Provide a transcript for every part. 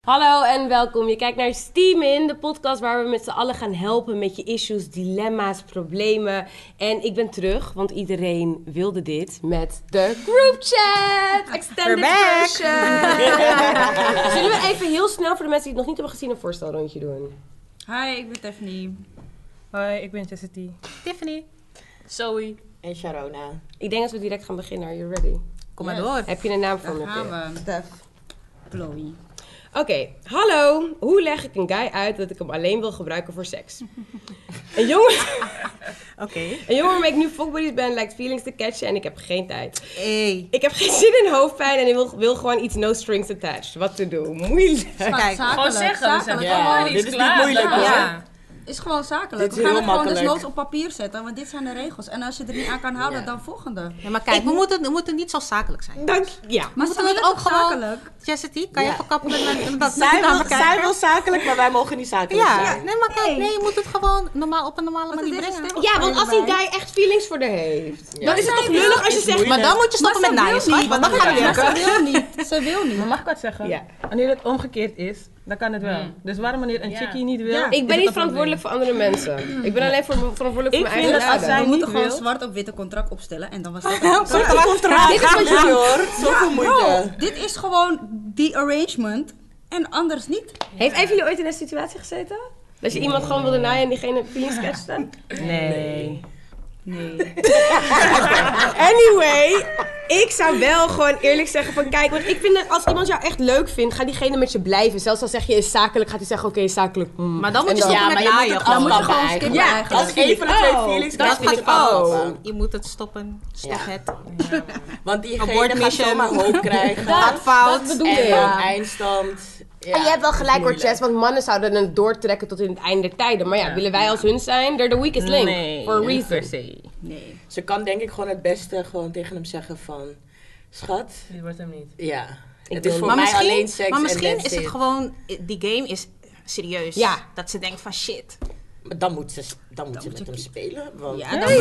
Hallo en welkom. Je kijkt naar Steam In, de podcast waar we met z'n allen gaan helpen met je issues, dilemma's, problemen. En ik ben terug, want iedereen wilde dit met de group chat. Extended version. Zullen we even heel snel voor de mensen die het nog niet hebben gezien een voorstelrondje doen? Hi, ik ben Tiffany. Hoi, ik ben Chastity. Tiffany. Zoe. En Sharona. Ik denk dat we direct gaan beginnen. Are you ready? Kom maar door. Heb je een naam voor me? Daar gaan we. Stef. Chloe. Oké, hallo. Hoe leg ik een guy uit dat ik hem alleen wil gebruiken voor seks? Een jongen... Een jongen waarmee ik nu fuckbuddies ben lijkt feelings te catchen en ik heb geen tijd. Hey. Ik heb geen zin in hoofdpijn en ik wil gewoon iets no strings attached. Wat te doen? Moeilijk. Kijk, Gewoon zeggen. Ja, dit is niet moeilijk hoor. Ja. Is gewoon zakelijk. Dit is We gaan heel het gewoon dus makkelijk. nooit op papier zetten, want dit zijn de regels. En als je er niet aan kan houden, dan volgende. Ja, maar kijk, we moeten niet zo zakelijk zijn. Dank. Ja. Maar Moeten ze we het willen ook toch gewoon... zakelijk? Chastity, kan je Ja. even kappen met dat Zij wil zakelijk, maar wij mogen niet zakelijk Ja, zijn. nee, maar kijk, nee, je moet het gewoon normaal op een normale manier dit is brengen. stil. Ja, want als die guy echt feelings voor haar heeft, dan is het toch zij wil- lullig als je zegt... Maar dan moet je stoppen met naaien, schat, want dan gaat het Maar lukken. ze wil niet. Ze wil niet. Maar mag ik wat zeggen? Ja. Wanneer het omgekeerd is, dan kan het wel. Dus waarom wanneer een chickie niet wil... Ja. Ik ben is niet het een verantwoordelijk voor andere mensen. Ik ben alleen verantwoordelijk voor Ik mijn vind eigen dat als daden. zij We niet moeten gewoon wil... zwart op witte contract opstellen en dan was het Dit is wat je... hoor, zoveel moeite. Dit is gewoon die arrangement en anders niet. Heeft een van jullie ooit in een situatie gezeten? Dat je iemand gewoon wilde naaien en diegene feelings catchte? Nee. Nee. Anyway, ik zou wel gewoon eerlijk zeggen van kijk, want ik vind dat als iemand jou echt leuk vindt, gaat diegene met je blijven. Zelfs al zeg je is zakelijk, gaat hij zeggen oké, is zakelijk. Maar dan moet je En dan- stoppen met maar je moet naaien. het Dan moet je afkappen gewoon eigenlijk. skippen Ja, eigenlijk. Als een van de twee feelings dat krijgt, vind moet ik je het ook. afkappen. Je moet het stoppen. Stop het. Want diegene Abort gaat mission. zomaar hoop krijgen. Gaat fout. Dat bedoel En ik. dan eindstand. Ja, En je hebt wel gelijk hoor, moeilijk. Chess, want mannen zouden het doortrekken tot in het einde der tijden. Maar ja, willen wij als hun zijn? They're the weakest link. Nee, For a niet reason. per se. Nee. Ze kan denk ik gewoon het beste gewoon tegen hem zeggen van... Schat, Dit wordt hem niet. ja. Het wil is voor niet. mij alleen seks maar en misschien that's is het it. gewoon, die game is serieus. Ja. Dat ze denkt van shit. Maar dan moet ze met hem spelen. Want... Ja, dan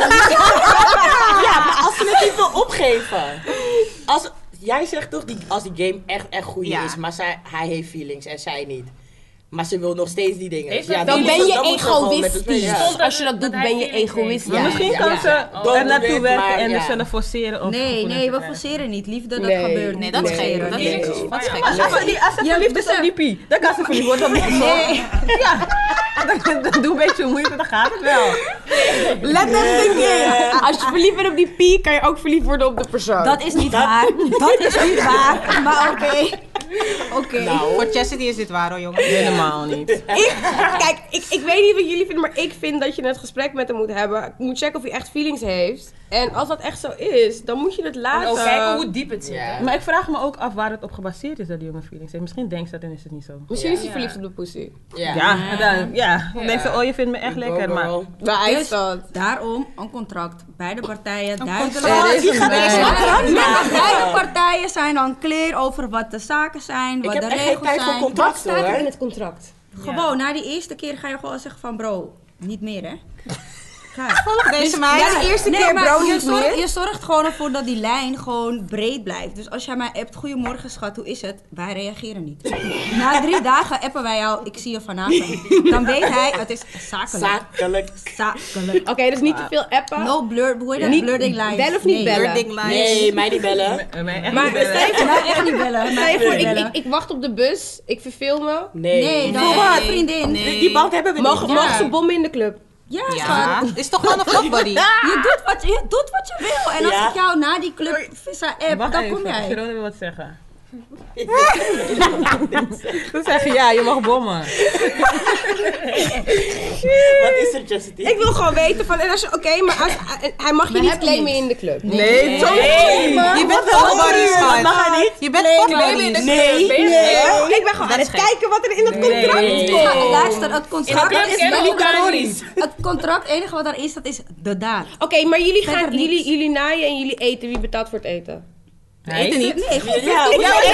Ja, maar als ze het niet wil opgeven. Jij zegt toch, als die game echt goed Ja. is, maar hij heeft feelings en zij niet. Maar ze wil nog steeds die dingen. Heeft Ja, dat- Dan moet ben ze- je dan moet ze gewoon met hem spelen, egoïstisch. ja. Als je dat doet, hij ben je feelings heeft. egoïstisch. Maar misschien ja, kan ja. ze Oh, er naartoe dit, werken maar en ja. er zullen forceren of Nee, gevoelens nee, te we krijgen. forceren niet. Liefde, dat Nee. gebeurt. Nee, dat is Nee. gek. Dat Nee. is dat is gek. Als ze Ja, verliefd is op die pie, dan kan ze verliefd worden op die persoon. Nee. Ja, dan doe een beetje moeite, dan gaat het wel. Let that sink in. Als je verliefd bent op die pie, kan je ook verliefd worden op de persoon. Dat is niet waar. Dat is niet waar. Maar oké. Oké. Nou, Voor Chastity is dit waar hoor, jongen. Helemaal niet. Kijk, ik weet niet wat jullie vinden, maar ik vind dat je het gesprek met hem moet hebben. Je moet checken of hij echt feelings heeft. En als dat echt zo is, dan moet je het laten. Ook kijken hoe diep het zit. Ja. hè? Maar ik vraag me ook af waar het op gebaseerd is dat die jongen feelings heeft. Misschien denkt ze dat en is het niet zo. Misschien is hij verliefd op de pussy. Ja, en dan denkt ze, oh je vindt me echt lekker, maar... Waar hij Dus staat. daarom een contract. Beide partijen duidelijk. Er is een bij. Ja, beide partijen zijn dan clear over wat de zaken zijn, Ik wat heb de echt geen regels tijd voor zijn. Wat contracten staat er in hoor. het contract? Gewoon, na die eerste keer ga je gewoon zeggen van bro, niet meer hè. Ga. Volg deze meid. Ja, de eerste keer maar bro je niet meer. je zorgt gewoon ervoor dat die lijn gewoon breed blijft. Dus als jij mij appt, goedemorgen schat, hoe is het? Wij reageren niet. Na 3 dagen appen wij jou, ik zie je vanavond. Dan weet hij, het is zakelijk. Zakelijk. Zakelijk. Oké, dus niet te veel appen. No blur, hoe heet dat? Niet Blurring lines. bellen of niet Nee. bellen? Blurring lines. Nee, mij niet bellen. Maar stel je voor, Nou, echt niet bellen. stel je Nou, voor, echt niet bellen. ik wacht op de bus, ik verveel me. Nee, dan Nee. heb je een vriendin. Nee. Die band hebben we niet. Mogen ze bommen in de club? Ja, Ja, schat. is toch gewoon een fuckbuddy? Je doet wat je wil. En als Ja. ik jou na die club vissa app, Wacht dan even, kom jij. Sharona wil wat zeggen. Dan zeg je ja, je mag bommen. Wat is er, Chastity? Ik wil gewoon weten van, en als je, oké, maar als, hij mag je We niet hebben claimen niks. in de club. Nee, zo Je bent fuckbuddy, schat. Mag hij niet? Je bent fuckbuddy. Nee. Ik ben gewoon aan het kijken wat er in het contract Nee. staat. Ja, luister, het contract club is kennen we elkaar wel niet. Het contract, het enige wat daarin staat is de daad. Oké, maar jullie gaan, Verder niks. jullie naaien en jullie eten. Wie betaalt voor het eten? Eet er niet. Nee, gewoon Ja,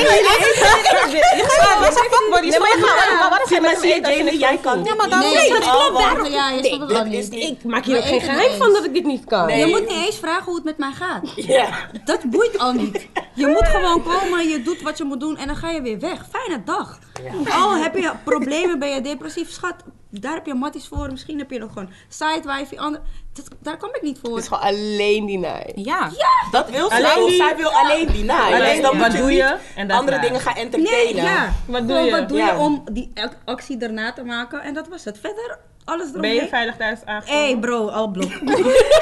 Wat zijn fuckbuddies? Waarom zie maar, zie je, Jamie, jij kan Ja, maar dit dan- niet. Nee, dat klopt, allemaal- daarom- Ja, je snapt het dit al is niet. niet- Ik maak hier ook Maar geen ik het geheim eens. van dat ik dit niet kan. Nee. Je moet niet eens vragen hoe het met mij gaat. Ja. Dat boeit al niet. Je moet gewoon komen, je doet wat je moet doen en dan ga je weer weg. Fijne dag. Al heb je problemen, ben je depressief, schat. Daar heb je matties voor. Misschien heb je nog gewoon sidewife, daar kom ik niet voor. Het is gewoon alleen die night. Ja. Dat wil ze Alleen ook. die- Zij wil alleen die naai. Alleen Dus dan die- moet wat je doe niet je? En dat andere klaar. dingen gaan Nee, entertainen. ja. Wat Gewoon, doe je? wat doe Ja. je om die actie erna te maken? En dat was het. Verder, alles eromheen. Ben je veilig thuis aangekomen? Hey bro, al blok. nee.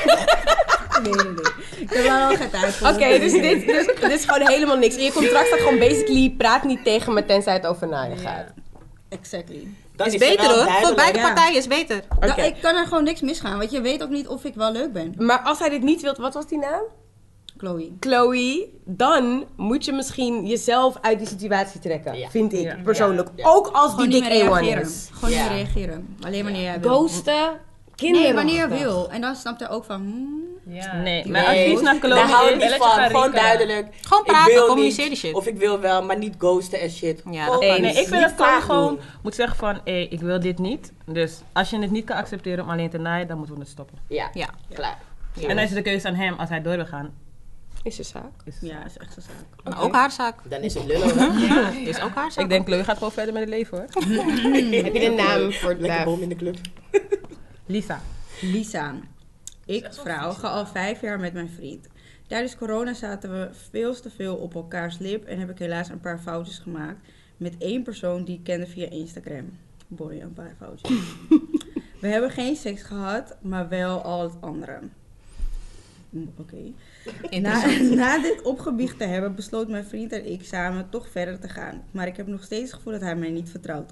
Ik heb daar al geen tijd voor. Oké, dus dit is gewoon helemaal niks. In je contract staat gewoon basically, praat niet tegen me tenzij het over naaien gaat. Exactly. Dan Is er beter wel hoor. Voor duidelijk- beide ja. partijen is beter. Oké. Ik kan er gewoon niks misgaan, want je weet ook niet of ik wel leuk ben. Maar als hij dit niet wilt, wat was die naam? Chloe. Chloe, dan moet je misschien jezelf uit die situatie trekken. Ja. Vind ik Ja. persoonlijk. Ja. Ook als Gewoon die niet dik meer A1 reageren. is. Gewoon niet Ja. meer reageren. Alleen wanneer jij wil. Ghosten, kinderen. Nee, wanneer je wil. En dan snapt hij ook van... Nee, Nee, maar als je iets naar daar Chloe hou ik is, niet belletje van. gaan Gewoon rinkelen. duidelijk. Gewoon Ik praten, wil communiceer niet, die shit. Of ik wil wel, maar niet ghosten en shit. Ja, Gewoon dat kan Nee, niet. ik vind niet dat Chloe vaak gewoon doen. moet zeggen van, hé, ik wil dit niet. Dus als je het niet kan accepteren om alleen te naaien, dan moeten we het stoppen. Ja, Ja. klaar. En dan is het de keuze aan hem, als hij door wil gaan. Is je zaak. Is het Ja, is echt een zaak. Maar ook haar zaak. Dan is het lullen hoor. Ja, is ook haar zaak. Ik denk, Chloe gaat gewoon verder met het leven hoor. Heb je de naam voor het Lekker lijf? boom in de club. Lisa. Lisa. Ik, vrouw, ga al 5 jaar met mijn vriend. Tijdens corona zaten we veel te veel op elkaars lip en heb ik helaas een paar foutjes gemaakt met één persoon die ik kende via Instagram. Boy, een paar foutjes. We hebben geen seks gehad, maar wel al het andere. Oké. Na dit opgebiecht te hebben, besloot mijn vriend en ik samen toch verder te gaan. Maar ik heb nog steeds het gevoel dat hij mij niet vertrouwt.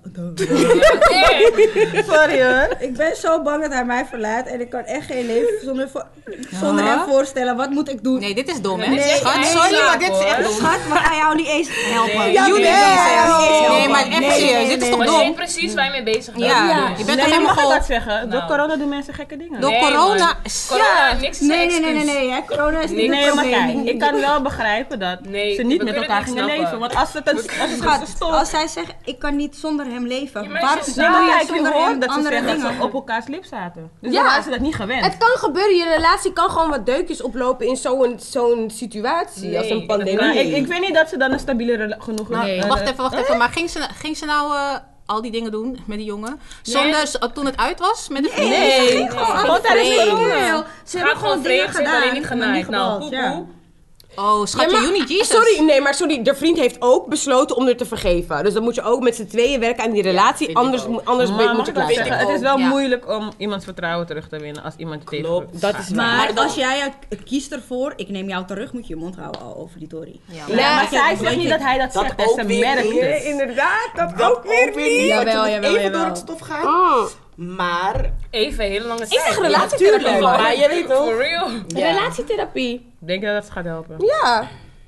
Sorry hoor. Ik ben zo bang dat hij mij verlaat en ik kan echt geen leven zonder hem voorstellen. Wat moet ik doen? Nee, dit is dom hè. Nee, Schat, nee, sorry, nee, maar dit is echt dom. Schat, maar ga jou niet eens helpen. Nee, You nee, did nee, niet Nee, helpen. maar even serieus, dit is toch Maar je weet dom? precies waar je mee bezig bent. Ja, Ja. je bent Nee, toch je helemaal mag gewoon... dat zeggen. Door Nou. corona doen mensen gekke dingen. Door Nee, corona... man. Corona, niks is Nee, een nee, nee, excuus. nee, hè. Corona is niet Nee, een maar kijk, probleem. ik kan wel begrijpen dat Nee, ze niet we met kunnen elkaar het niet gingen snappen. leven. Want als het een Schat, stond... als zij zegt, ik kan niet zonder hem leven. Ja, maar Waarom als je Nee, doe maar je kijk, je zonder hem hoort dat ze andere zeggen dat dingen? ze op elkaars lip zaten. Dus Ja. dan waren ze dat niet gewend. Het kan gebeuren, je relatie kan gewoon wat deukjes oplopen in zo'n situatie als een Nee, pandemie. Maar ik weet niet dat ze dan een stabiele genoeg... Wacht even. Maar ging ze nou al die dingen doen met die jongen? Zonder, toen het uit was? Met de vriend? Nee, gewoon tijdens corona. Ze Gaat hebben gewoon dingen vreemd, ze heeft gedaan. alleen niet maar genaaid. Nou, gebald, ja. poepoe. Oh, schatje, Ja, maar- Juni, Jesus. Sorry, de vriend heeft ook besloten om er te vergeven. Dus dan moet je ook met z'n tweeën werken aan die relatie, vind ik anders, ook. anders Maar moet mag je ik wel klaar zeggen, zijn. het is wel Ja. moeilijk om iemands vertrouwen terug te winnen als iemand je tegen... Klopt. Dat is waar. Maar dan- als jij kiest ervoor, ik neem jou terug, moet je je mond houden al over die Tory. Ja, Nee, Ja, maar maar zij je- zegt niet dat hij dat dat zegt. ook Ze weer merkt niet. het. Inderdaad, dat ook weer niet. Want je Jawel, moet jawel, even jawel. door het stof gaan. Mm. Maar, Even, hele lange tijd. Ik zeg ja, relatietherapie. tuurlijk, man. maar je weet toch. For real. Ja. Relatietherapie. Denk je dat het gaat helpen? Ja.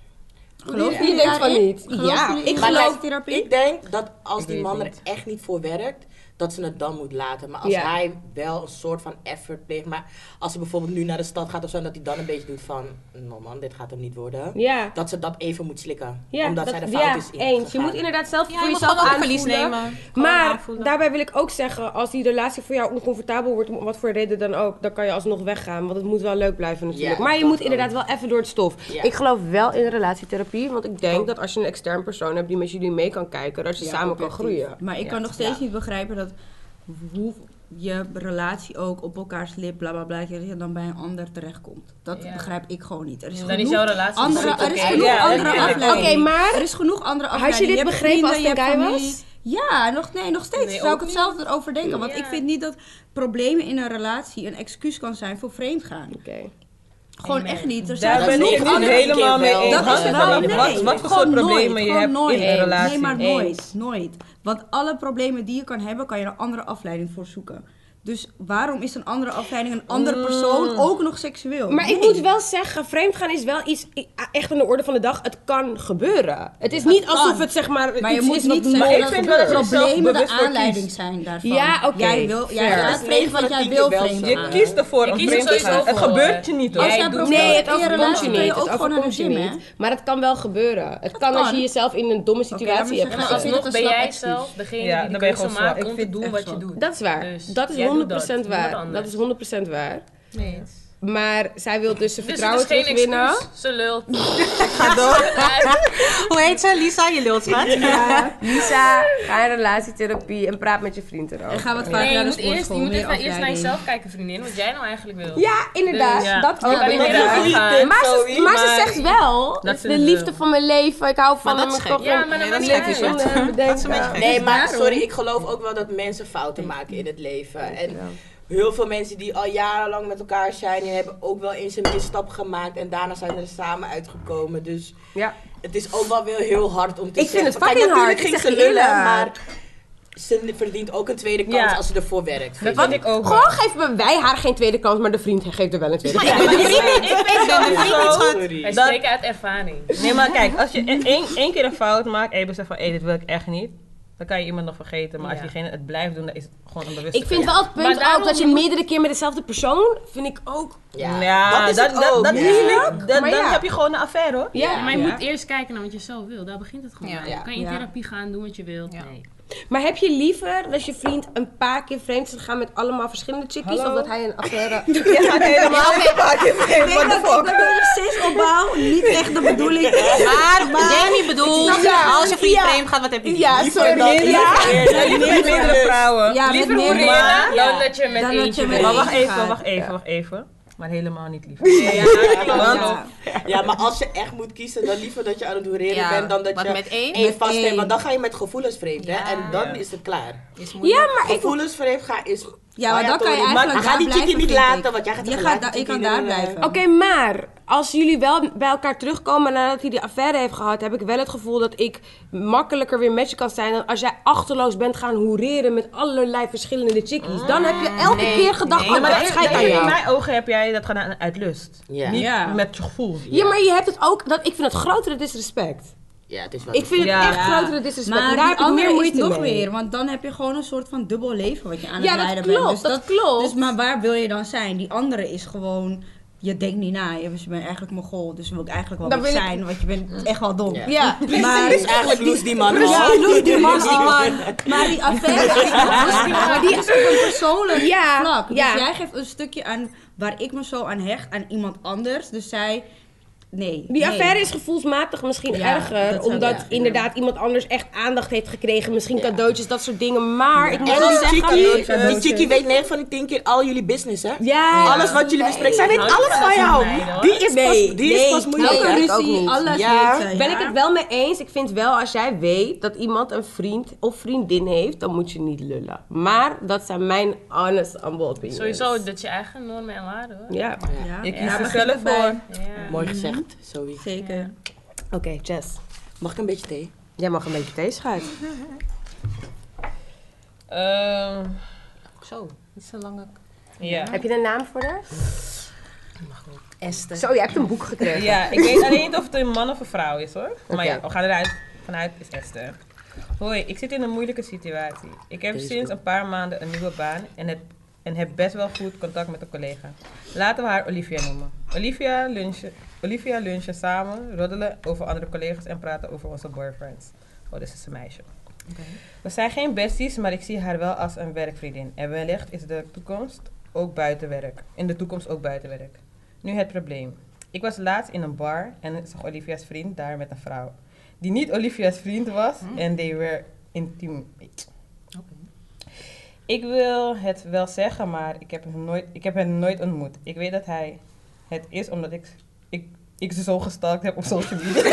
Geloof Je denkt van niet. Ja, ik Maar geloof kijk, therapie. ik denk dat als Ik die weet man er niet. echt niet voor werkt, dat ze het dan moet laten. Maar als Ja. hij wel een soort van effort pleegt, maar als ze bijvoorbeeld nu naar de stad gaat of zo, dat hij dan een beetje doet van, no man, dit gaat hem niet worden. Ja. Dat ze dat even moet slikken. Ja, omdat dat, zij de fout ja, is in eens. Je gegaan. moet inderdaad zelf Ja, voor je moet jezelf gewoon ook verlies aanvoelen. nemen. Gewoon Maar aanvoelen. daarbij wil ik ook zeggen, als die relatie voor jou oncomfortabel wordt, om wat voor reden dan ook, dan kan je alsnog weggaan. Want het moet wel leuk blijven natuurlijk. Ja, maar je dat moet ook. inderdaad wel even door het stof. Ja. Ik geloof wel in relatietherapie, want ik denk dat als je een extern persoon hebt die met jullie mee kan kijken, dat je Ja, samen kan objectief. groeien. Maar ik kan nog steeds niet begrijpen dat hoe je relatie ook op elkaars lip, bla bla bla, dat je dan bij een ander terechtkomt. Dat Ja. begrijp ik gewoon niet. Er is Dan is genoeg jouw relatie andere, super er is oké. genoeg Ja, andere natuurlijk. afleidingen. Oké, maar Er is genoeg andere had je afleidingen. dit hebt begrepen als vrienden, het je een hebt guy familie. was? Ja, nog steeds Nee, zou ik ook hetzelfde erover denken. Want Ja. ik vind niet dat problemen in een relatie een excuus kan zijn voor vreemdgaan. Oké. Gewoon echt niet. Er Daar zijn ben ik genoeg niet andere... helemaal mee eens. Dat is Hangt wel, ervan af nee. wat voor Gewoon soort problemen nooit, je gewoon hebt nooit. in een relatie. Nee, maar Eens. nooit. Want alle problemen die je kan hebben, kan je een andere afleiding voor zoeken. Dus waarom is een andere afleiding een andere persoon ook nog seksueel? Maar ik moet wel zeggen, vreemdgaan is wel iets echt aan de orde van de dag. Het kan gebeuren. Het is niet alsof het zeg maar Maar je iets moet is niet wat zeggen nooit dat vind wel dat je problemen de zelf bewust aanleiding kiest. zijn daarvan. Ja, oké. Jij gaat is vreemd, want jij wil vreemd Je gaan. kiest ervoor om kies er vreemd te sowieso gaan. Het voor. gebeurt je niet hoor. Als jij doet problemen Nee, het hebt in je overkomt je relatie, kun je niet. ook Het gewoon naar de overkomt je gym, hè? niet. Maar het kan wel gebeuren. Het kan als je jezelf in een domme situatie maar hebt zeg- gezet. ik Alsnog vind het ben een jij slap zelf degene Ja, die dan de ben je keuze gewoon maakt zwak. om Ik te vind doen het wat echt je zwak. doet. Dat is waar. Dus Dat is jij doet 100% dat. waar. Niemand Dat is anders. 100% waar. Nee. Maar zij wil dus zijn Dus het vertrouwen is geen terugwinnen. excuus. Ze lult. Ga door. Hoe heet ze? Lisa, je lult, schat. Lisa, ga in relatietherapie en praat met je vriend En erover. ga wat Nee, vaker je naar de moet eerst sportschool. meer even eerst naar afleiding. jezelf kijken, vriendin. Wat jij nou eigenlijk wil. Ja, inderdaad. Dus, ja. Dat Je ook. kan niet Maar meer uitgaan. maar ze zegt wel, Dat de ze liefde wil. van mijn leven, ik hou van Maar hem. dat is ik gek. kan Ja, geen maar dat maakt leven niet zonder uit. hem bedenken. Nee, maar daarom- sorry, ik geloof ook wel dat mensen fouten maken in het leven. En heel veel mensen die al jarenlang met elkaar zijn, die hebben ook wel eens een misstap gemaakt. En daarna zijn er samen uitgekomen. Dus Ja. het is ook wel weer heel hard om te Ik vind zeggen. het Kijk, fucking natuurlijk hard, ik ging zeg ze je lullen, eerlijk. maar ze verdient ook een tweede kans Ja. als ze ervoor werkt. Dat vind ik ook. Gewoon geven wij haar geen tweede kans, maar de vriend geeft er wel een tweede kans. Ik ben de vriend niet. Sorry. Wij Dat- spreken uit ervaring. Nee, maar kijk, als je één keer een fout maakt en je beseft van, dit wil ik echt niet, dan kan je iemand nog vergeten. Maar als Ja. diegene het blijft doen, dan is het gewoon een bewuste Ik vind wel het punt Maar daarom ook dat je moet- meerdere keer met dezelfde persoon, vind ik ook. Ja, dat is het ook. Dat Ja. is niet. Dan Maar ja. heb je gewoon een affaire hoor. Ja. Ja, maar je Ja. moet eerst kijken naar wat je zelf wil. Daar begint het gewoon Ja. bij. Ja. Je kan in Ja. therapie gaan, doen wat je wilt. Ja. Nee. Maar heb je liever dat je vriend een paar keer vreemd is gegaan met allemaal verschillende chickies, Hallo? of dat hij een affaire... Je gaat helemaal niet maken. What the fuck? dat je steeds opbouw niet echt de bedoeling is. Maar Jamie bedoelt, als je vriend vreemd gaat, wat heb je? Ja, sorry. Ja, niet meerdere vrouwen. Ja, Liever met hoereren meer. dan dat je met Dan dat eentje je met bent. Maar één wacht even. Maar helemaal niet lief. Ja, Want Ja. Ja, maar als je echt moet kiezen, dan liever dat je aan het hoereren Ja, bent dan dat want je met één- één Met vast één. hebt. Want dan ga je met gevoelens vreemd, hè? Ja. En dan Ja. is het klaar. Is moeilijk. Ja, maar ik... Gevoelens vreemd gaan is... Ja, maar dan kan je Maar eigenlijk ga daar die chickie blijven, niet vind laten, ik. want jij gaat Je tegelijk gaat die daar- je chickie kan daar erin, blijven. Oké, maar als jullie wel bij elkaar terugkomen nadat hij die affaire heeft gehad, heb ik wel het gevoel dat ik makkelijker weer met je kan zijn dan als jij achterloos bent gaan hoereren met allerlei verschillende chickies. Dan heb je elke keer gedacht, nee, oh, dat schijt aan in jou. mijn ogen heb jij dat gedaan uit lust. Ja. Niet Ja. met je gevoel. Ja, maar je hebt het ook, ik vind het grotere disrespect. Ja, het is wel... Ik vind het Ja. echt grotere disrespect. Maar en daar heb die ik meer andere is moeite nog mee. weer, want dan heb je gewoon een soort van dubbel leven wat je aan Ja, het dat leiden klopt, bent. Dus dat klopt. Dus maar waar wil je dan zijn? Die andere is gewoon, je denkt niet na. Je bent eigenlijk Mongool, dus wil ik eigenlijk wel Dan wat wil ik- zijn, want je bent echt wel dom. Ja. Ja, Maar, Dus eigenlijk loest die man ja, al. Loes die man. Maar die affaire, maar die is op een persoonlijk Ja, vlak. Dus ja. jij geeft een stukje aan waar ik me zo aan hecht, aan iemand anders. Dus zij, nee. die nee. affaire is gevoelsmatig misschien Ja, erger, dat zou omdat ik vinden. inderdaad iemand anders echt aandacht heeft gekregen. Misschien cadeautjes, dat soort dingen. Maar ik moet En wel die zeggen... chickie weet 9 van die 10 keer al jullie business, hè? Ja, Alles wat jullie bespreken, zij weet Houdt alles van van dat soort jou. meiden, hoor. Die is pas moeilijk. Elke Nee, ik ook ruzie, niet. alles Ja. weet zij. ben ik het wel mee eens. Ik vind wel, als jij weet dat iemand een vriend of vriendin heeft, dan moet je niet lullen. Maar dat zijn mijn honest humble opinions. Sowieso, dat je eigen normen en waarden hoor. Ja. Ja. Je Ja, kiest er begint zelf erbij. voor. Ja. Mooi gezegd, Zoe. Zeker. Oké, Jess. Mag ik een beetje thee? Jij mag een beetje thee schuiven. Zo, niet zo lang. Ja. Heb je een naam voor haar? Esther. Zo, je hebt een boek gekregen. Ja, ik weet alleen niet of het een man of een vrouw is hoor. Maar Oké. ja, we gaan eruit vanuit is Esther. Hoi, ik zit in een moeilijke situatie. Ik heb sinds een paar maanden een nieuwe baan en heb best wel goed contact met een collega. Laten we haar Olivia noemen. Olivia lunchen samen, roddelen over andere collega's en praten over onze boyfriends. Oh, dit is een meisje. We zijn geen besties, maar ik zie haar wel als een werkvriendin. En wellicht is in de toekomst ook buiten werk. Nu het probleem. Ik was laatst in een bar en zag Olivia's vriend daar met een vrouw. Die niet Olivia's vriend was en they were intimate. Ik wil het wel zeggen, maar ik heb hem nooit ontmoet. Ik weet dat hij het is omdat ik ze zo gestalkt heb op social media.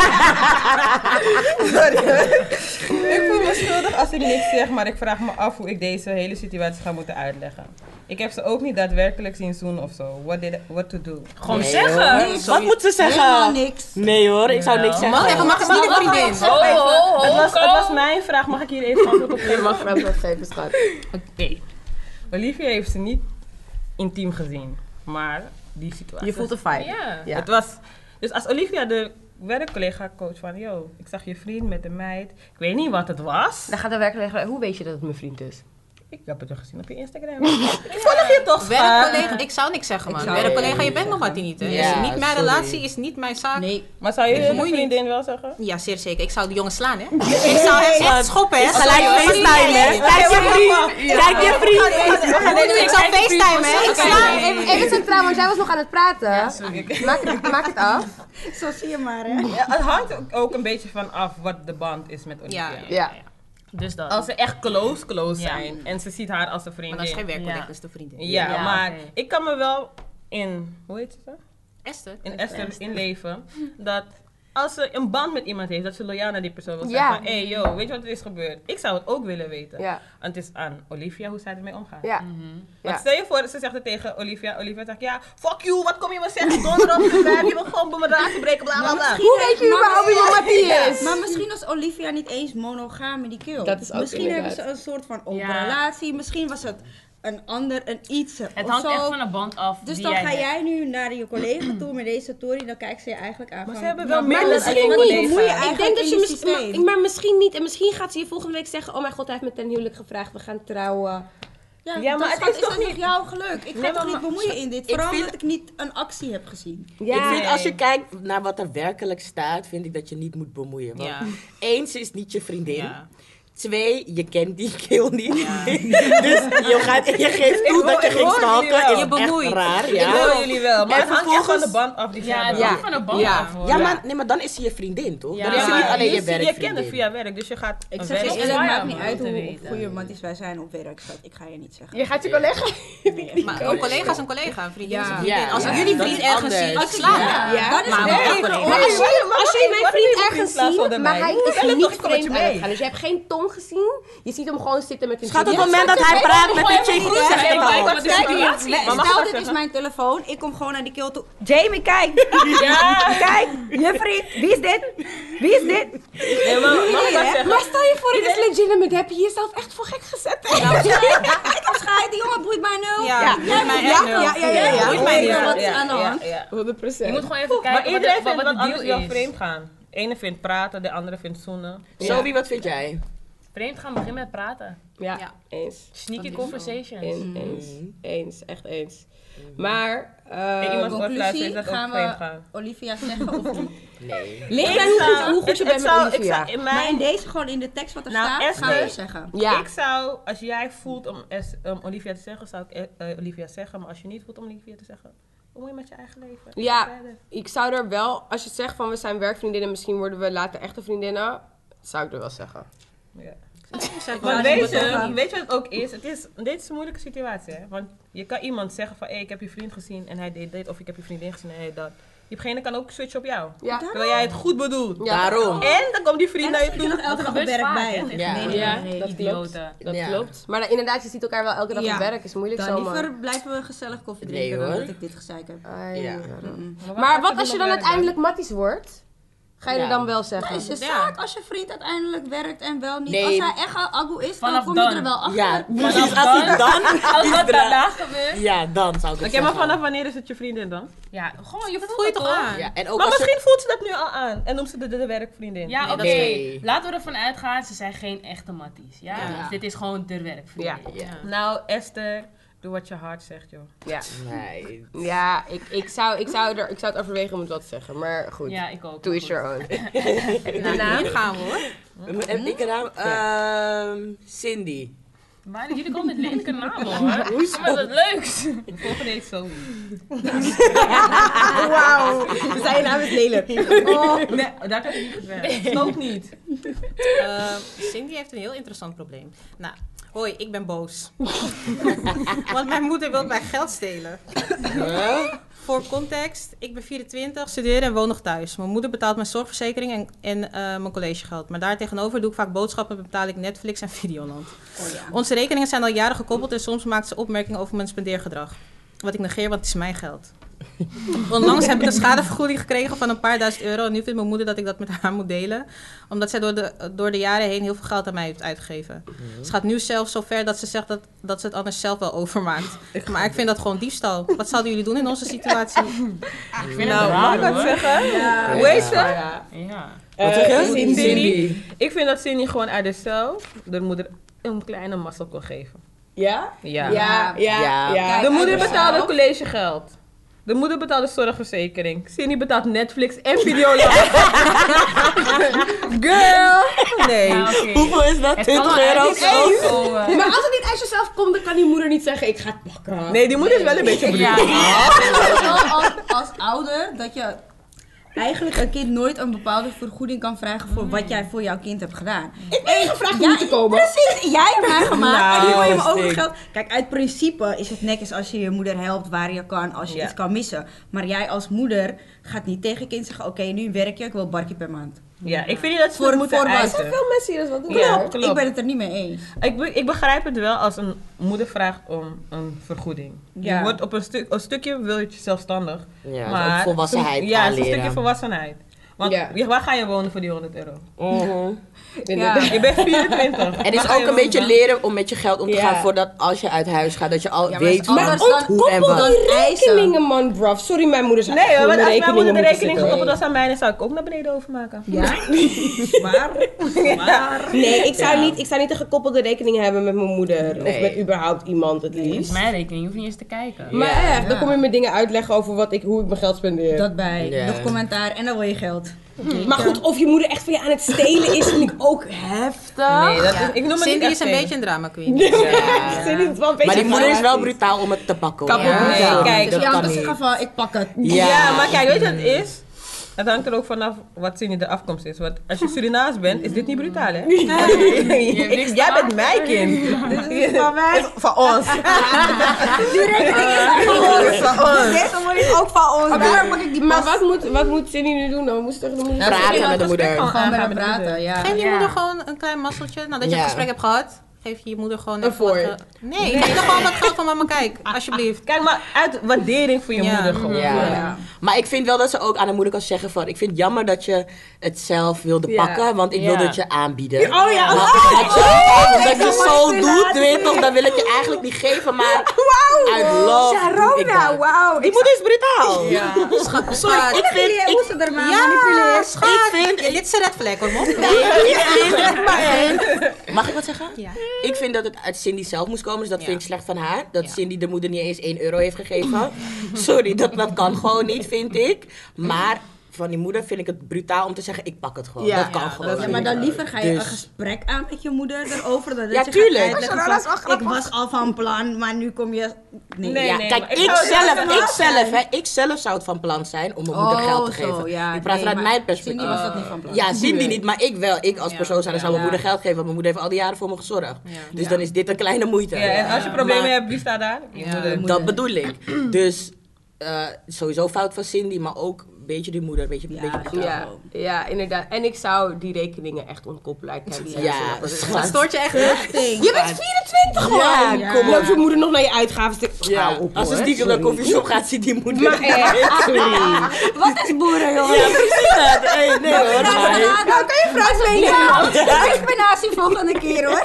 Sorry. Ik voel me schuldig als ik niks zeg, maar ik vraag me af hoe ik deze hele situatie ga moeten uitleggen. Ik heb ze ook niet daadwerkelijk zien zoenen of zo. What to do? Gewoon Nee, zeggen. hoor. Wat moet ze Helemaal zeggen? niks. Nee hoor, ik zou niks Mag zeggen. het niet een vriendin? Het was mijn vraag, mag ik hier even antwoord op geven? Je mag antwoord geven, schat. Oké. Olivia heeft ze niet intiem gezien, maar die situatie... Je voelt een vibe. Ja. Ja. Het was... Dus als Olivia de werkcollega coach van... Yo, ik zag je vriend met een meid. Ik weet niet wat het was. Dan gaat de werkgever, hoe weet je dat het mijn vriend is? Ik heb het gezien op je Instagram. Ik volg je toch, schat? Werkcollega, ik zou niks zeggen, man. zou- Werkcollega, je bent nog maar niet, hè? Ja, Is niet mijn sorry. relatie, is niet mijn zaak. Nee, Maar zou je Ik je bemoei vriendin wel zeggen? Ja, zeer zeker. Ik zou die jongen slaan, hè? Ik zou hem echt schoppen, hè? Gelijk FaceTime, hè? Kijk je vriend! Kijk je vriend! Ik zou FaceTime, hè? Ik sla hem. Even centraal, want jij was nog aan het praten. Maak het af. zo zie je maar, hè. Ja, het hangt ook een beetje van af wat de band is met Olivia. Ja. Ja. Dus dat. Als ze echt close Ja. zijn en ze ziet haar als een Maar vriendin. dat is geen werkcollega, Ja. dat is de vriendin. Ja, Ja, maar oké. ik kan me wel hoe heet ze? Esther. In Esther inleven dat als ze een band met iemand heeft, dat ze loyaal naar die persoon wil zijn. Ja. Van, hey yo, weet je wat er is gebeurd? Ik zou het ook willen weten. Ja. En het is aan Olivia hoe zij ermee omgaat. Ja. Want Ja. stel je voor, ze zegt het tegen Olivia. Olivia zegt, ja, fuck you, wat kom je me zeggen? Donder op je werk, je wil gewoon mijn relatie breken, bla bla bla. Hoe weet je überhaupt wie iemand die is? Maar misschien was Olivia niet eens monogaam met die kill. Dat is ook misschien inderdaad. hebben ze een soort van open Ja. relatie. Misschien was het een iets Het of hangt zo. echt van een band af. Dus die dan ga hebt. jij nu naar je collega toe met deze story. Dan kijkt ze je eigenlijk aan Maar van... ze hebben wel maar meer dan misschien alleen niet. collega's. Bemoei je Ik denk eigenlijk dat in je het misschien, systeem. maar misschien niet. En misschien gaat ze je volgende week zeggen: oh mijn god, hij heeft me ten huwelijk gevraagd, we gaan trouwen. Ja, Ja, maar maar het is toch dat niet- niet jouw geluk? Ik ga Nee, toch maar- niet bemoeien in dit. ik Vooral vind- omdat ik niet een actie heb gezien. Ja, Ik vind als je kijkt naar wat er werkelijk staat, vind ik dat je niet moet bemoeien. Want Ja. één, ze is niet je vriendin. Ja. 2, je kent die kill niet. Dus je geeft toe dat je Ik ging hoor jullie stalken. wel. Is Je bemoeit. echt raar, Ik ja. wil jullie wel, maar En het hangt echt van vervolgens- de band af die ze Ja, het hebben. hangt van een band Ja. af, hoor. Ja, maar dan is ze je vriendin, toch? Ja, Dan is ze maar niet alleen je je kent het werkvriendin. via werk, dus je gaat Ik een zeg je werk- eerlijk, waar maakt om niet uit te hoe weten. goede matties wij zijn op werk. Schat. Ik ga je niet zeggen. je gaat je collega. Maar een collega is een collega, een vriendin is een Ja. vriendin. Ja. Als ik Ja. jullie Dat vriend is ergens anders. zie, ik sla hem. Ja, dan is Maar het een echt collega. een Maar als je mijn vriend waarom ergens niet in plaats van ziet, maar erbij? hij Ik is ben er niet toch een vreemd beetje aan het mee. gaan. Dus je hebt geen tong gezien, je ziet hem gewoon zitten met een Schat, op het chick. moment dat hij praat met de chick, goed zeg zeggen, je het kijk, al. wat de situatie is. Maar mag Stel, ik dit dat is zeggen? mijn telefoon. Ik kom gewoon naar die kill toe. Jamie, kijk. Kijk, je vriend. Wie is dit? Wie is dit? Nee, maar mag ik dat zeggen? Maar stel je voor, het is legitimate, heb je jezelf echt voor gek gezet. Ik heb schijt, die jongen boeit mij nul. Ja, boeit mij echt nul. Ja. Boeit mij Ja, nul. wat is aan de hand? 100%. Je moet gewoon even Maar kijken iedereen vindt wat wat de anders deal wel is. vreemd gaan. De ene vindt praten, de andere vindt zoenen. Sobi, wat vind jij? Vreemd gaan, begin met praten. Ja, Ja. eens. Sneaky conversations. Eens, echt eens. Maar, Iemand Conclusie, luisteren is dat ook gaan vreemd we gaan. Olivia zeggen of niet? Nee. ligt aan hoe goed je bent met Olivia. in Maar in mijn, deze, gewoon in de tekst wat er Nou, staat, Esther. gaan we zeggen. Ja, Ik zou, als jij voelt om Olivia te zeggen, zou ik Olivia zeggen. Maar als je niet voelt om Olivia te zeggen, bemoei je met je eigen leven. Ja. Ga verder. ik zou er wel, als je zegt van we zijn werkvriendinnen, misschien worden we later echte vriendinnen, zou ik er wel zeggen. Ja. Zeg Maar maar, weet je wat het ook is? Dit is een moeilijke situatie, hè? Want je kan iemand zeggen van, ik heb je vriend gezien en hij deed dit, of ik heb je vriendin gezien en hij deed dat. Diegene kan ook switchen op jou. Ja, Terwijl jij het goed bedoelt. ja. Daarom. En dan komt die vriend En naar dan je zit je nog toe. elke dag op werk bij. Ja. Nee, Ja, dat dat klopt. idioten. Dat Ja. klopt. Maar inderdaad, je ziet elkaar wel elke dag Ja. op werk, is moeilijk Dan zo, man. liever blijven we gezellig koffie Nee, drinken dan hoor. dat ik dit gezeik heb. Ja. Maar wat als je dan uiteindelijk matties wordt? Ga je er Ja. dan wel Dat zeggen? is je zaak als je vriend uiteindelijk werkt en wel niet. Nee. Als hij echt agoe is, dan Vanaf kom je dan. er wel achter. Ja, Vanaf precies. Als hij dan... Als wat daarna gebeurt. Ja, dan zou ik het Oké, maar zeggen. vanaf wanneer is het je vriendin dan? Ja, gewoon, je voelt voel je het toch toch? aan? Ja, en ook Maar als misschien voelt ze dat nu al aan en noemt ze de werkvriendin. Ja, oké. Nee. Laten we ervan uitgaan, ze zijn geen echte matties. Ja? Ja. Dus dit is gewoon de werkvriendin. Ja. Nou, Esther, doe wat je hart zegt, joh. Ja, Nee. ja ik zou het overwegen om het wel te zeggen, maar goed. Ja, ik ook. To each your own. Nou, hier gaan we hoor. En ik naam? Cindy. Maar jullie komen met lelijke namen hoor. Hoezo? Maar dat leuks. De volgende heet zo. Wauw, zijn naam is lelijk. Nee, daar kan ik niet gewerkt. Snoop niet. Cindy heeft een heel interessant probleem. Nou, hoi, ik ben boos. Want mijn moeder wil mij geld stelen. Voor context, ik ben 24, studeer en woon nog thuis. Mijn moeder betaalt mijn zorgverzekering en mijn collegegeld. Maar daartegenover doe ik vaak boodschappen en betaal ik Netflix en Videoland. Onze rekeningen zijn al jaren gekoppeld en soms maakt ze opmerkingen over mijn spendeergedrag. Wat ik negeer, want het is mijn geld. Onlangs heb ik een schadevergoeding gekregen van een paar duizend euro. En nu vindt mijn moeder dat ik dat met haar moet delen. Omdat zij door de jaren heen heel veel geld aan mij heeft uitgegeven. Ze gaat nu zelfs zo ver dat ze zegt dat ze het anders zelf wel overmaakt. Maar ik vind dat gewoon diefstal. Wat zouden jullie doen in onze situatie? Ik vind het raar, mag ik wat hoor. zeggen? Ja. Hoe heet ze? Ja. Wat zeg je? Cindy. Ik vind dat Cindy gewoon uit zichzelf de moeder een kleine mazzel kon geven. Ja? Ja. Ja. De moeder uit betaalde zichzelf. collegegeld. De moeder betaalde zorgverzekering. Cindy betaalt Netflix en Videoland. Girl! Nee. Ja, oké. Hoeveel is dat? Het kan 20 wel euro uit of jezelf zo? komen. Maar als het niet uit jezelf komt, dan kan die moeder niet zeggen, ik ga het pakken. Nee, die moeder is wel een beetje Ja. bruut. Als ouder dat je eigenlijk een kind nooit een bepaalde vergoeding kan vragen voor wat jij voor jouw kind hebt gedaan. Ik ben je gevraagd om hier te komen. Precies, jij hebt haar gemaakt en nu wil je me ook stik. geld. Kijk, uit principe is het netjes als je je moeder helpt waar je kan, als je Ja. iets kan missen. Maar jij als moeder gaat niet tegen je kind zeggen, oké, nu werk je, ik wil een barkie per maand. Ja, ik vind niet dat ze Voor- het moeten voor wat? eisen. Veel mensen die dat wel doen. Ja, hoor. klopt. Ik ben het er niet mee eens. Ik begrijp het wel als een moeder vraagt om een vergoeding. Ja. Je wordt op een stukje wil je zelfstandig. Ja, maar ook volwassenheid Ja, het is een aanleren. stukje volwassenheid. Want Ja. waar ga je wonen voor die 100 euro? Inderdaad. Je bent 24. Het is Waar ga je ook een beetje wonen? leren om met je geld om te Ja. gaan voordat als je uit huis gaat, dat je al Ja, maar weet het is anders van dan- hoe en Koppel wat. die eisen. rekeningen, man, bruv. Sorry, mijn moeder zei Nee, echt hoor, want gewoon als mijn moeder de moeten rekening zitten. gekoppeld was aan mij, dan zou ik ook naar beneden overmaken. Ja? Waar? Nee, ik zou niet een gekoppelde rekening hebben met mijn moeder. Of Nee. met überhaupt iemand het Dit is liefst. mijn rekening, je hoeft niet eens te kijken. Maar Ja. echt, dan kom je me dingen uitleggen over hoe ik mijn geld spendeer. Dat bij, Ja. nog commentaar en dan wil je geld. Maar goed, of je moeder echt van je aan het stelen is, vind ik ook heftig. Nee, dat is, ik noem het Cindy niet is een echt beetje een drama queen. Ik vind het wel een beetje Maar die moeder is wel dramatisch. brutaal om het te pakken. Kapot hoor. brutaal. Nee, kijk, Dus dat je kan kan niet. zeggen van, ik pak het. Ja, maar kijk, weet je wat het is? Het hangt er ook vanaf wat Cindy de afkomst is. Want als je Surinaams bent, is dit niet brutaal, hè? Jij bent mijn kind. Dit is van mij. Van ons. Van ons. Deze moet ik ook van ons. Daar mag ik die Maar wat moet Cindy nu doen dan? We moesten tegen de moeder Praten zeggen. met de moeder. gewoon met hem praten, ja. Geef je Ja. moeder gewoon een klein masseltje. Nadat je Ja. het gesprek hebt gehad, geef je je moeder gewoon Een even wat fooi. Nee, geef er gewoon wat geld van mama, kijk. Alsjeblieft. Kijk, maar uit waardering voor je Ja. moeder gewoon. Ja. Maar ik vind wel dat ze ook aan de moeder kan zeggen van, ik vind het jammer dat je het zelf wilde Ja. pakken, want ik Ja. wilde het je aanbieden. Oh ja, Maar dat je zo doet, weet je toch, dan wil ik je eigenlijk niet geven, maar uit love doe ik dat. wauw. Die moeder is brutaal. Ja. Schat. Ik vind, Hoe ze er maar Ja, manipuleert. schat. Ik vind- Dit is een red flag, hoor, mop. Mag ik wat zeggen? Ja. Ik vind dat het uit Cindy zelf moest komen, dus dat Ja. vind ik slecht van haar. Dat Ja. Cindy de moeder niet eens 1 euro heeft gegeven. Sorry, dat kan gewoon niet, vind ik. Maar van die moeder vind ik het brutaal om te zeggen, ik pak het gewoon. Ja, dat kan ja, gewoon. dat Ja, vind maar dan liever ga je Dus- een gesprek aan met je moeder erover. Dan Ja, dat je tuurlijk. gaat uitleggen van, ik was al van plan, maar nu kom je... Nee. Nee, Ja, nee, kijk, maar ik zou het ik zelf zou het van plan zijn om mijn moeder Oh, geld te zo, geven. ja, ik praat nee, vanuit maar mijn perspectief. Cindy was dat niet van plan. Ja, Cindy niet, maar ik wel. Ik als Ja. persoon zou, dan zou mijn Ja. moeder geld geven, want mijn moeder heeft al die jaren voor me gezorgd. Ja. Dus dan is dit een kleine moeite. Ja, en als je problemen Maar- hebt, wie staat daar? Je Ja. moeder. Dat bedoel ik. Dus sowieso fout van Cindy, maar ook een beetje die moeder, een beetje Ja, ja, inderdaad. En ik zou die rekeningen echt ontkoppelen. Ik ken die Ja, zelf. Dat stoort je echt, hè? Je bent 24 gewoon! Ja, Ja. Kom op, je moeder nog naar je uitgaven. Ja, als ze stiekem naar koffieshop gaat, ziet die moeder. Maar echt, sorry. Wat is boeren, jongen? Ja, precies dat. Hey, nee hoor. maar- Nou, kan je fruit meenemen? Ja. Spinazie volgende keer, hoor.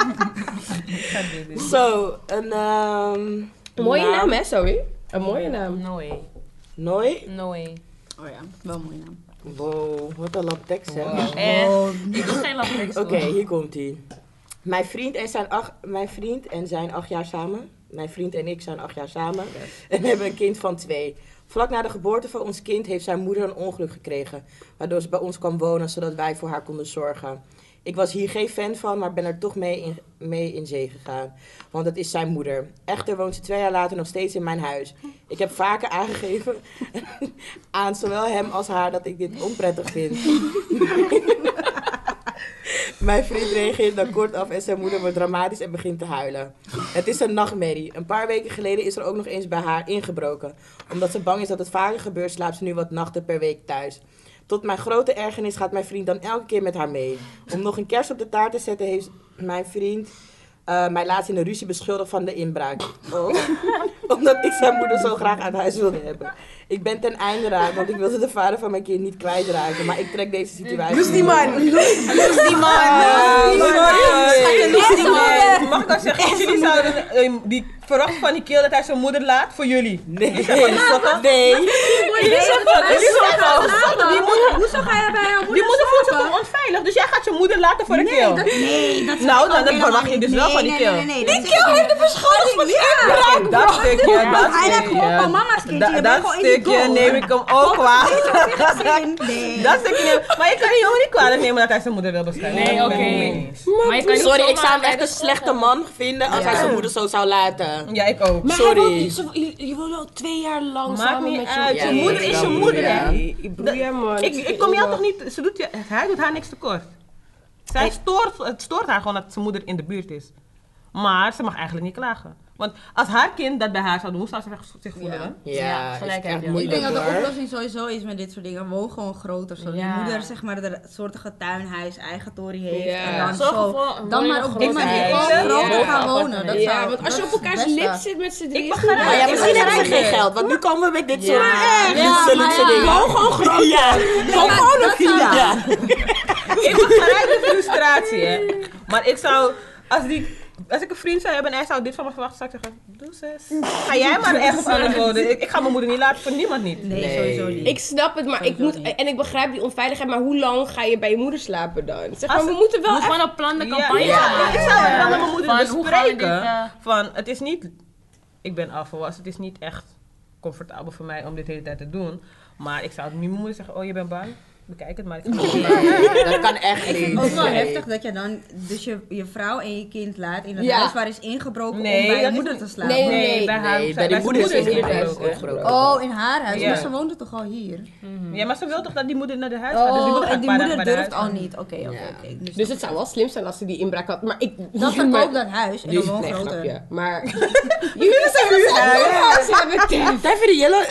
Zo, een Mooie naam, hè, sorry. Een mooie naam. Noé. Nooi. Noé. Oh ja, wel een mooie naam. Wow, wat een lap tekst hè. En ik doe geen lachtekst. Oké, hier komt ie. Mijn vriend en zijn 8 jaar samen. Mijn vriend en ik zijn 8 jaar samen. En hebben een kind van 2. Vlak na de geboorte van ons kind heeft zijn moeder een ongeluk gekregen. Waardoor ze bij ons kwam wonen, zodat wij voor haar konden zorgen. Ik was hier geen fan van, maar ben er toch mee in zee gegaan. Want het is zijn moeder. Echter woont ze 2 jaar later nog steeds in mijn huis. Ik heb vaker aangegeven aan zowel hem als haar dat ik dit onprettig vind. Mijn vriend reageert dan kort af en zijn moeder wordt dramatisch en begint te huilen. Het is een nachtmerrie. Een paar weken geleden is er ook nog eens bij haar ingebroken. Omdat ze bang is dat het vaker gebeurt, slaapt ze nu wat nachten per week thuis. Tot mijn grote ergernis gaat mijn vriend dan elke keer met haar mee. Om nog een kers op de taart te zetten heeft mijn vriend mij laatst in een ruzie beschuldigd van de inbraak. Oh. Omdat ik zijn moeder zo graag uit huis wilde hebben. Ik ben ten einde raak, want ik wilde de vader van mijn kind niet kwijtraken. Maar ik trek deze situatie. Loes die man! Loes die man! Mag ik dan zeggen, jullie zouden die verwacht van die keel dat hij zijn moeder laat voor jullie? Nee. Die zijn van de sokken? Nee. Hoezo ga je bij jouw moeder Die moeder voelt zich toch onveilig, dus jij gaat je moeder laten voor de keel? Nou, dan verwacht je dus wel van die keel. Die keel heeft de beschuldigd van inbraak! Dat stukje, Hij lijkt gewoon op mama's kindje. dat stukje neem ik hem ook kwalijk. Nee. Dat stukje neem ik. Maar je kan die jongen niet kwalijk nemen dat hij zijn moeder wil beschermen. Nee, Dat ben oké. ik niet mee eens. Maar je kan niet Sorry, ik zomaar zou hem echt bij een de slechte man vinden als hij zijn moeder zo zou laten. Ja, ik ook. Maar Sorry. je wil al 2 jaar lang Maakt samen niet met uit. je Je moeder is je moeder, hè? Ja, man. Ik kom jou toch niet... Hij doet haar niks tekort. Het stoort haar gewoon dat zijn moeder in de buurt is. Maar ze mag eigenlijk niet klagen. Want als haar kind dat bij haar zou doen, zou ze zich voelen. Hè? Ja, gelijk is echt heb je. moeilijk Ik denk dat de hoor. oplossing sowieso is met dit soort dingen. Woon gewoon groter. Zo. Die Ja. moeder zeg maar de soortige tuinhuis, eigen tory heeft. Ja. En dan Zorg zo. ervoor, Dan woon maar in op een die groot manier huis. gewoon groter Ja. gaan wonen. Dat Ja, zou, want als je dat op is elkaars het lip beste. zit met z'n drieën. Ik begrijp Maar ja, het. misschien hebben ze geen geld, want nu komen we met dit soort Ja, luxe dingen. Woon gewoon groot. Ja, Woon gewoon een villa. Ja. Ik begrijp de frustratie, hè. Maar ik zou... Als ik een vriend zou hebben en hij zou dit van me verwachten, zou ik zeggen, doe zus. Ga jij maar ergens anders wonen. Ik ga mijn moeder niet laten, voor niemand niet. Nee, sowieso niet. Ik snap het, maar ik begrijp die onveiligheid, maar hoe lang ga je bij je moeder slapen dan? Zeg maar, Als we het- moeten wel moet echt... gewoon een plan de campagne Ja, maken. ik zou het wel met mijn moeder Van, hoe gaan we dit, bespreken. Van, het is niet... Ik ben al volwassen, het is niet echt comfortabel voor mij om dit de hele tijd te doen. Maar ik zou niet mijn moeder zeggen, oh je bent bang? Bekijk het maar. Ik ga het niet. Dat kan echt Ik vind niet. het ook wel Nee. heftig dat je dan dus je vrouw en je kind laat in het Ja. huis waar is ingebroken Nee, om bij je dat is moeder niet- te slapen. Nee. bij haar, Nee, bij die zijn moeder is het niet niet ingebroken. ingebroken. Oh, in haar huis. Ja. Maar ze woonde toch al hier? Ja, maar ze wil toch dat die moeder naar de huis gaat? Dus die wil Oh, toch en een die paar moeder dagen bij de durft huis al gaan. niet. Oké. Dus Dus het zou wel slim zijn als ze die inbraak had, maar ik... dat verkoopt dat huis en dan woon Nee, groter. grapje. Maar... Jullie zijn huurhuis. Ze hebben tent. Daar vind je Jelle...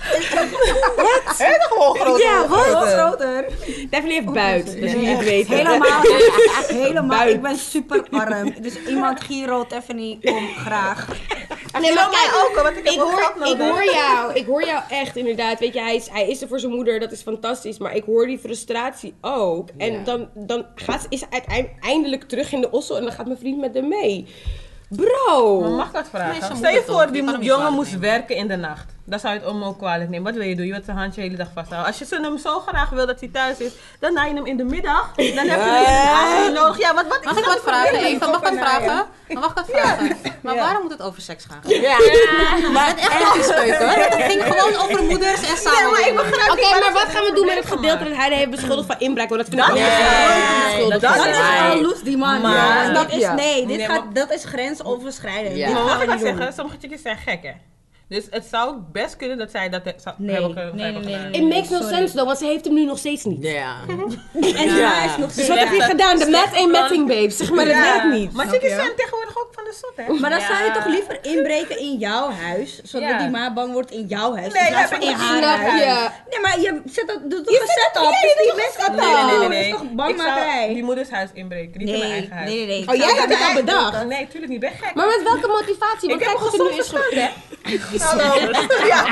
Hé, toch gewoon groot. Ja, wat? Woon groter. Daphne heeft buit, dus jullie het weten. Helemaal. Buit. Ik ben super arm. Dus iemand Giro, Tiffany, kom graag. Nee, maar mij kijk, ook, want ik heb ook geld nodig. ik hoor jou echt inderdaad. Weet je, hij is er voor zijn moeder, dat is fantastisch. Maar ik hoor die frustratie ook. En dan is hij uiteindelijk terug in de ossel en dan gaat mijn vriend met hem mee. Bro! Maar mag ik wat vragen? Nee, zijn Stel je moeder voor, toch? Die kan hem niet jongen kwalijk moest nemen. werken in de nacht. Dan zou je het om ook kwalijk nemen. Wat wil je doen? Je wilt zijn handje de hele dag vasthouden. Als je hem zo graag wil dat hij thuis is, dan naai je hem in de middag. Dan heb je hem in de nodig. Ja, wat Mag ik wat vragen? Even, mag ik wat vragen? Mag ik wat vragen? Maar waarom moet het over seks gaan? Ja. Het echt wel gespeuken. Het ging gewoon over moeders en samen. Oké, maar wat gaan we doen met het gedeelte dat hij heeft beschuldigd van inbraak? Want dat vind ik ook Nee, beschuldigd. dat Dat is Nee. gewoon loes die man. Maar- Ja, dat is, Ja. nee, Nee, dat is grensoverschrijdend. Ja. Dit Maar gaan mag we ik wat niet doen. zeggen? Sommige chickies zijn gek, hè? Dus het zou best kunnen dat zij dat Nee, hebben nee. gedaan. It makes no Sorry. sense though, want ze heeft hem nu nog steeds niet. Ja. En hij is nog Dus steeds. wat heb je gedaan? De mat ain't matting, babe. Zeg maar, dat werkt niet. Maar Snap chickies je? zijn tegenwoordig ook van de zot, hè? Maar dan Ja. zou je toch liever inbreken in jouw huis, zodat Ja. die ma bang wordt in jouw huis, Nee, in plaats heb van ik in niet. haar Snap huis. je? Nee, maar je doet toch een setup? Dus die mensen gaat dat is toch Ik zou bangmakerij? die moeders huis inbreken, niet in mijn eigen huis. Nee. Oh, jij hebt het al bedacht. Nee, tuurlijk niet. Ben je gek? Maar met welke motivatie? Want Ik heb kijk wat er nu is gezond gebeurd. Hallo. Ja.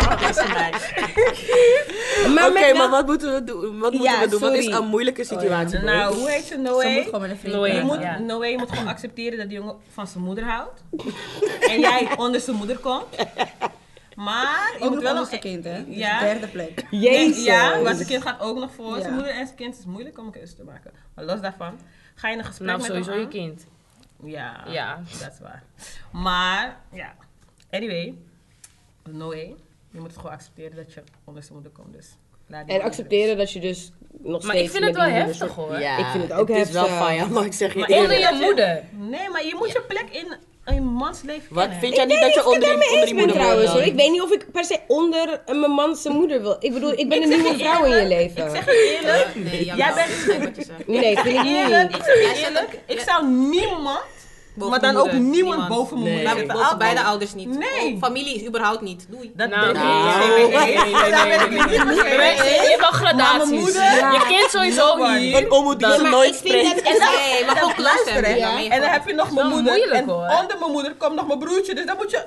Maar Oké, met maar wat moeten we doen? Wat moeten we doen? Wat is sorry. een moeilijke situatie? bro? Nou, hoe heet ze? Ze moet Noé? gewoon met een vriend Noé. praten. Noé moet gewoon accepteren dat die jongen van zijn moeder houdt. En jij onder zijn moeder komt. Maar je Ook moet nog wel onderste kind, hè? Dus Ja. derde plek. Jezus. Ja, maar zijn kind gaat ook nog voor. Ja. Zijn moeder en zijn kind is moeilijk om een keuze te maken. Maar los daarvan, ga je een gesprek Nou, met sowieso hem je aan? kind. Ja, Ja. dat is waar. Maar, ja. Anyway, Noé, je moet het gewoon accepteren dat je onder zijn moeder komt. Dus laat die En man accepteren dat je dus nog Maar steeds ik vind het met wel die heftig moeder- hoor. Ja, Ik vind het ook Het is wel heftig. van jou, maar ik zeg je Maar Onder eerlijk. je moeder. Nee, maar je moet je plek in een mans leven Wat kennen. vind jij niet dat je onder die Ik ben moeder trouwens wil? hoor. Ik weet niet of ik per se onder mijn man zijn moeder wil. Ik bedoel, ik ben een nieuwe vrouw in je leven. Ik zeg je eerlijk, Nee, jij jawel. bent Ik begrijp wat je zegt. Nee, vind ik eerlijk, niet. ik zeg je Jij zet eerlijk, ook- ik zou niemand, Boven maar dan mijn ook moeder. niemand boven mijn Nee. moeder Boven zetten. beide ouders niet. Nee. Oh, familie is überhaupt niet. Doei. Dat Nou, ben ik nee. niet. Daar ben ik niet mee Je hebt wel gradaties. moeder- Je kind sowieso hier. Een oom die ze maar nooit ik vind spreekt. dat Nee, maar gewoon Luister, hè. klasstem. En dan heb je nog mijn wel moeder. moeilijk, En hoor. onder mijn moeder komt nog mijn broertje. Dus dan moet je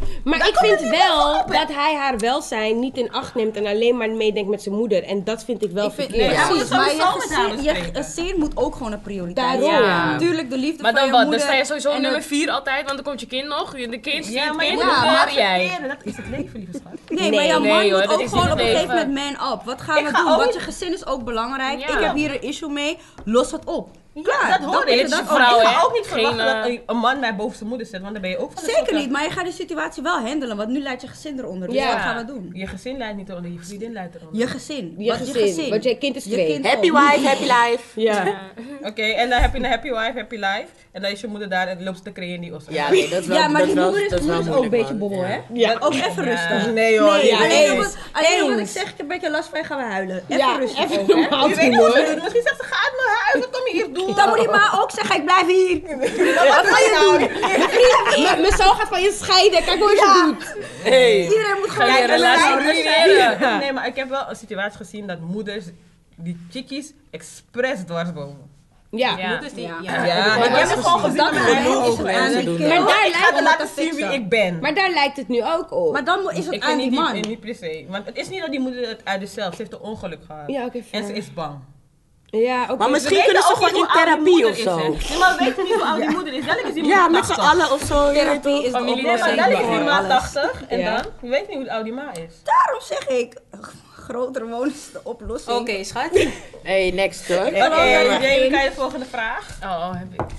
Maar ik vind wel dat hij haar welzijn niet in acht neemt en alleen maar meedenkt met zijn moeder. En dat vind ik wel verkeerd. nee, hij moet Precies, maar sowieso met haar je bespreken. gezin moet ook gewoon een prioriteit Daarom. zijn. Ja. Natuurlijk, de liefde Maar van dan je wat? moeder. Dan sta je sowieso en nummer 4 altijd, want dan komt je kind nog. De kind ziet het maar je kind, moet ja, dan maar maar jij. accepteren. Dat is het leven, lieve schat. Nee, maar jouw Nee, man hoor, moet dat ook is gewoon niet op het een gegeven leven. moment man up. Wat gaan Ik we ga doen? ook Want niet- je gezin is ook belangrijk. Ja. Ik heb hier een issue mee. Los het op. Klaar. dat hoor is ik. het. Dat Ik is vrouw, ga hè? ook niet Geen, verwachten dat een man mij boven zijn moeder zet, want dan ben je ook van de Zeker sokken. niet, maar je gaat die situatie wel handelen. Want nu leidt je gezin eronder. Dus Ja. wat gaan we doen? Je gezin leidt niet onder, je vriendin leidt eronder. Je gezin. Je gezin. Want je kind is 2. Happy wife, happy life. Ja. Oké, en dan heb je een happy wife, happy life. En dan is je moeder daar en loopt ze te creëren in die Oscar. Ja, nee, dat is wel, Ja, maar dat die wel, moeder is, dat wel ook een moeilijk, beetje man. bobbel, Ja. hè? Ja. Ook even rustig. Nee hoor. Nee, alleen eens. omdat ik Eens. zeg, ik heb een beetje last van je, gaan we huilen. Even Ja, rustig even ook, hè? normaal Je weet doen niet wat ze hoor. doet. Misschien zegt ze, ga uit mijn huis, wat kom je hier doen? Dan moet die ma ook zeggen, ik blijf hier. Wat ga je doen? Mijn zoon gaat van je scheiden. Kijk hoe je het doet. Hey. Iedereen moet Ga je gewoon relatie ruïneren. Nee, maar ik heb wel een situatie gezien dat moeders die chickies expres dwarsbomen. Ja. Ja. Moeders die... Ja. Ja. Ja, ik heb het gewoon gezien Dat met is mijn eigen het ogen. aan En die ze doen kind. dat. Maar daar Ik ga lijkt te het laten zien wie ik ben. Maar daar lijkt het nu ook op. Maar dan is het Ik aan vind die niet, man. niet per se. Want het is niet dat die moeder het uit zichzelf. Ze heeft een ongeluk gehad. Ja, oké, En ze fair. is bang. Ja, oké. Maar misschien We kunnen ze weten ook gewoon niet in hoe oud die therapie moeder of is, zo. hè. Nee, maar we weten niet hoe oud die moeder is. Dadelijk is die moeder Ja, met z'n 80. allen of zo. Therapie is de Familie- Nee, maar oplossing. dadelijk is die voor ma alles. 80. En Ja. dan? Je weet niet hoe oud die ma is. Daarom zeg ik, grotere wonen is de oplossing. Oké, schat. Hey, next hoor. Oké, Jamie, kan je de volgende vraag? Oh, heb ik.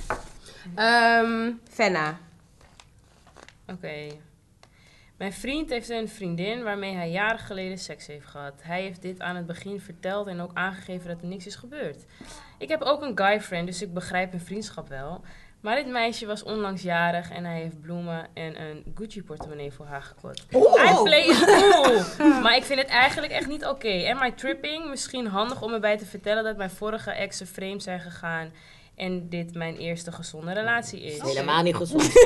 Fenna. Oké. Mijn vriend heeft een vriendin waarmee hij jaren geleden seks heeft gehad. Hij heeft dit aan het begin verteld en ook aangegeven dat er niks is gebeurd. Ik heb ook een guyfriend, dus ik begrijp hun vriendschap wel. Maar dit meisje was onlangs jarig en hij heeft bloemen en een Gucci-portemonnee voor haar gekocht. I play it cool. Maar ik vind het eigenlijk echt niet oké. Am I tripping? Misschien handig om erbij te vertellen dat mijn vorige exen vreemd zijn gegaan en dit mijn eerste gezonde relatie is. Helemaal niet gezond. Ik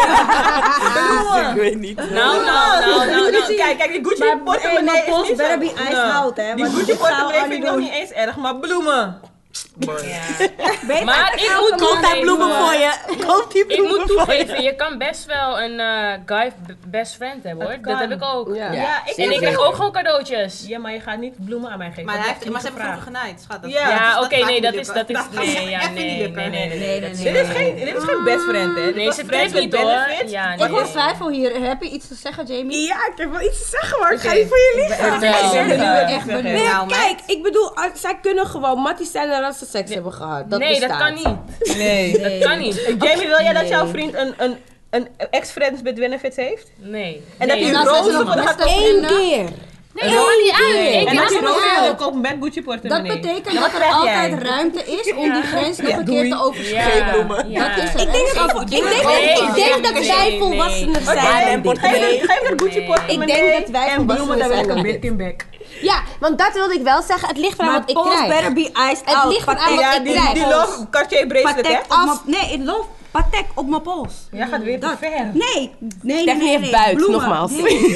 weet niet. Nou. Kijk, die Gucci Maar portemonnee mijn is pols niet better zo- be iced out, hè. Die want Gucci dit gaan we portemonnee al vind ik niet nog doen. niet eens erg, maar bloemen. Beter Maar ik elke moet man- Komt daar bloemen voor je? Komt die Ik bloemen moet voor je? toegeven, je kan best wel een guy best friend hebben hoor. Het Dat kan. heb ik ook. Ja. En ik krijg ook gewoon cadeautjes. Ja, maar je gaat niet bloemen aan mij geven. Maar, Dat hij heb heeft, ik maar niet ze hebben vroeger gevraagd. genaaid, schat. Dat, Ja. Ja, dat oké, gaat nee, niet dat is, lukken. nee, ja, Even niet nee, lukken. nee. Nee. Dit is geen best friend, hè? Dit Nee, was ze friends trekt with niet hoor. benefits. Ja, Ik hoor nee. twijfel hier. Heb je iets te zeggen, Jamie? Ja, ik heb wel iets te zeggen, maar ik ga Oké. niet voor je liegen. Vertel. Ik ben nu echt echt benieuwd. Nee, Nou, kijk, ik bedoel, zij kunnen gewoon matties zijn nadat ze seks hebben gehad. Dat Nee, dat bestaat. kan niet. Nee. Dat kan niet. Jamie, wil jij dat jouw vriend een ex-friends with benefits heeft? Nee. En dat Nee. hij Nou, zijn ze rozen nog van beste gaat Eén vrienden? keer. Nee, dat maakt niet uit. Eén En keer dat is hij het nog rozen wil wel. kopen met Gucci Dat portemonnee. betekent Dan dat er krijg altijd jij. ruimte is om die grens nog een keer doei. te overschrijden. Ja, bloemen. ja. Dat is het. Ik denk Geen dat doen. wij volwassener Oké, zijn. geef me Gucci Ik portemonnee denk dat wij en bloemen, volwassener dan wil ik zijn. een Birkin bag. Ja, want dat wilde ik wel zeggen. Het ligt eraan Maar wat ik pols krijg. better be iced Het out. ligt eraan Patek- wat Ja, ik die krijg. love Cartier bracelet, hè? Patek op mijn... Nee, love. Patek op mijn pols. Jij gaat weer te Dat. ver. Nee. Stephanie heeft buit, Bloemen. nogmaals.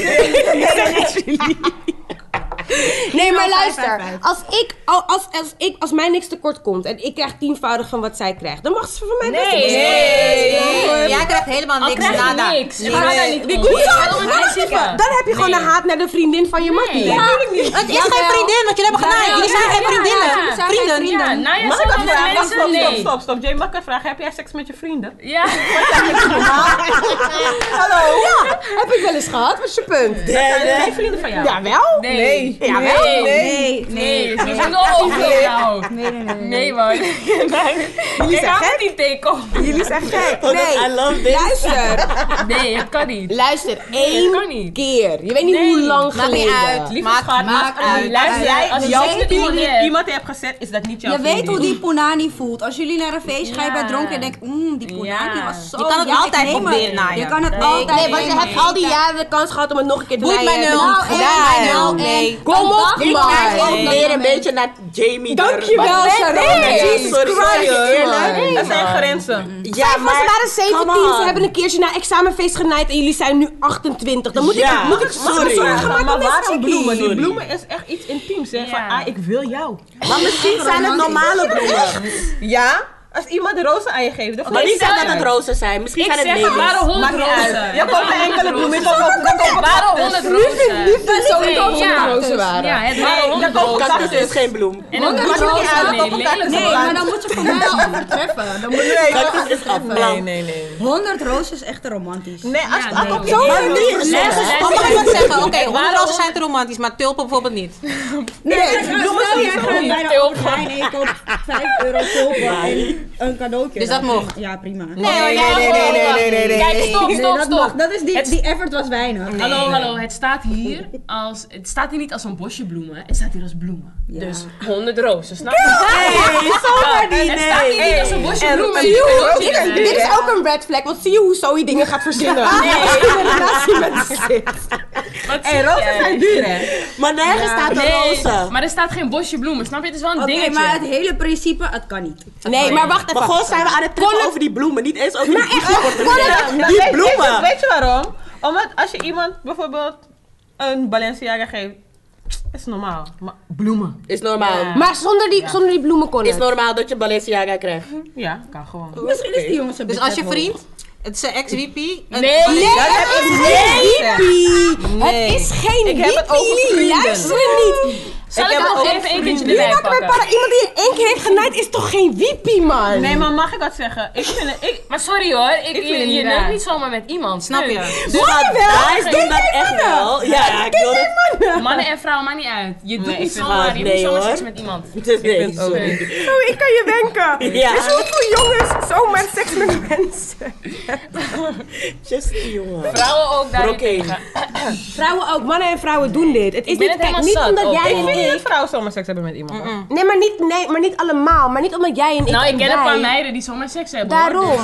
Nee. Nee, maar 5, luister. 5, 5. Als mij niks tekort komt en ik krijg 10-voudig van wat zij krijgt, dan mag ze van mij best Nee. Nee, jij krijgt helemaal Al niks krijg je nada. niks. Nee. Ga daar niet Die om. Gucci- Je gaat om Dan het zeggen. heb je gewoon een haat naar de vriendin van je mattie. Nee. Het is geen vriendin, want jullie hebben genaaid. Jullie zijn geen vriendinnen. Ja. Vrienden. Ja, nou ja, Mag zo ik kan dat het vragen? mensen. Nee. Stop. Jay, mag ik het vragen? Heb jij seks met je vrienden? Ja. Heb ik wel eens gehad? Wat is je punt? Zijn er geen vrienden van jou? Jawel. Nee. Jawel. Nee, ze zijn wel over jou. Nee, man. Ik ga het niet tegenkomen. Jullie zijn gek. I Nee. love this. Luister. Nee, het kan niet. Luister. kan Één niet. keer. Je weet niet Nee. hoe lang Maakt niet geleden. uit. Lieve Maakt schat, uit. Luister, jij, Als je jouw seks met iemand vriendin hebt. iemand hebt gezet, is dat niet jouw Je vriendin. weet hoe die punani voelt. Als jullie naar een feestje gaan, je Ja. bent dronken en denkt, die punani Ja. was zo... Je kan het ja, ik altijd neem het. proberen na je. Je kan het Nee, altijd Nee, want je hebt al die jaren de kans gehad om het nog een keer te Boeit mij rijden. nul. Nou, Boeit en- mij nul. en- Nee. Kom op, Ik kijk ook man. meer een beetje naar Jamie. Dankjewel, Sharon. Jesus Sorry, Christ, eerlijk. Dat zijn grenzen. Ja, Zij was waren 17, come ze on. hebben een keertje naar examenfeest genaaid en jullie zijn nu 28. Dan moet ik Ja, moet ik sorry. zorgen maken Maar om deze waarom chickie. bloemen? Die Sorry. bloemen is echt iets intiems, hè? Van, Ja. ik wil jou. Maar misschien zijn het normale bloemen. Ja, Als iemand rozen aan je geeft, dan Maar niet stel zeggen je- dat het rozen zijn. Misschien Ik zijn het zeg, er lelies. waren 100 maakt niet uit. rozen. Je komt een enkele bloem in, dat waren 100 rozen. Sowieso Nee, ja. rozen waren. Ja, het waren 100 Cactus rozen. is geen bloem. En dan Honderd moet je rozen. niet uit. Nee, lelijk Nee, man. maar dan moet je voor mij al overtreffen. Dan moet je Cactus is afblank. Nee. 100 rozen is echt romantisch. Nee, als Ja, het nee. op zo'n manier is. Oh, mag ik wat zeggen? Oké, 100 rozen zijn te romantisch, maar tulpen bijvoorbeeld niet. Nee, stel jij gaat bij de Tulpen. Albert Heijn en je koopt €5 tulpen en een cadeautje. Dus dat mocht? Ja, prima. Nee. Kijk, stop, Nee, stop, dat mag. stop. Dat is die effort was weinig. Hallo, het staat hier het staat hier niet als een bosje bloemen, het staat hier als bloemen. Ja. Dus 100 rozen, snap je? Het staat hier niet als een bosje bloemen. Zie je Je hoe- kunt dit, ook dit is niet- ook een red flag, want zie je hoe Zoe dingen gaat verzinnen. Nee, in een relatie met zit. Wat Hey, zeg rozen jij? zijn duur, hè? Maar nergens staat er Nee, rozen. maar er staat geen bosje bloemen, snap je? Het is wel een Oké, dingetje. maar het hele principe, het kan niet. Nee, maar wacht Maar even. gewoon zijn we aan het praten over die bloemen. Niet eens over die Nou, Die bloemen. Weet je waarom? Omdat als je iemand bijvoorbeeld een Balenciaga geeft, is normaal. Maar bloemen. Is normaal. Ja. Maar zonder die bloemen kon Is het. normaal dat je Balenciaga krijgt. Ja, kan gewoon. Misschien is die jongens een Dus als je vriend, het is een ex-VP. Nee, Het is geen Ik heb het over wiepie, vrienden. luister niet. zal ik heb er het nog ook even een keertje vrienden. erbij pakken? Iemand die in één keer heeft genaaid is toch geen wiepie, man? Nee, maar mag ik wat zeggen? Ik vind het... Maar sorry hoor, vind het je niet neukt raar. niet zomaar met iemand. Snap je? Ja. Guys doen dat echt wel. Ja, ik wil het. Mannen en vrouwen, maakt niet uit. Je doet Nee, niet ik vind zomaar, het- je nee, doet zomaar hoor. seks met iemand. Nee, vind het ook sorry. niet. ik kan je wenken. Ja. Dus hoeveel jongens zomaar seks met mensen? Just die jongen. Vrouwen ook Maar oké. daarentegen. Vrouwen ook, mannen en vrouwen doen dit. Het is ben niet, het kijk, helemaal niet zat omdat ook. jij Ik en vind niet ik... dat vrouwen zomaar seks hebben met iemand. hoor. Nee, maar niet allemaal. Maar niet omdat jij en ik Nou, en ik ken een wij- paar meiden die zomaar seks hebben. hoor. Daarom.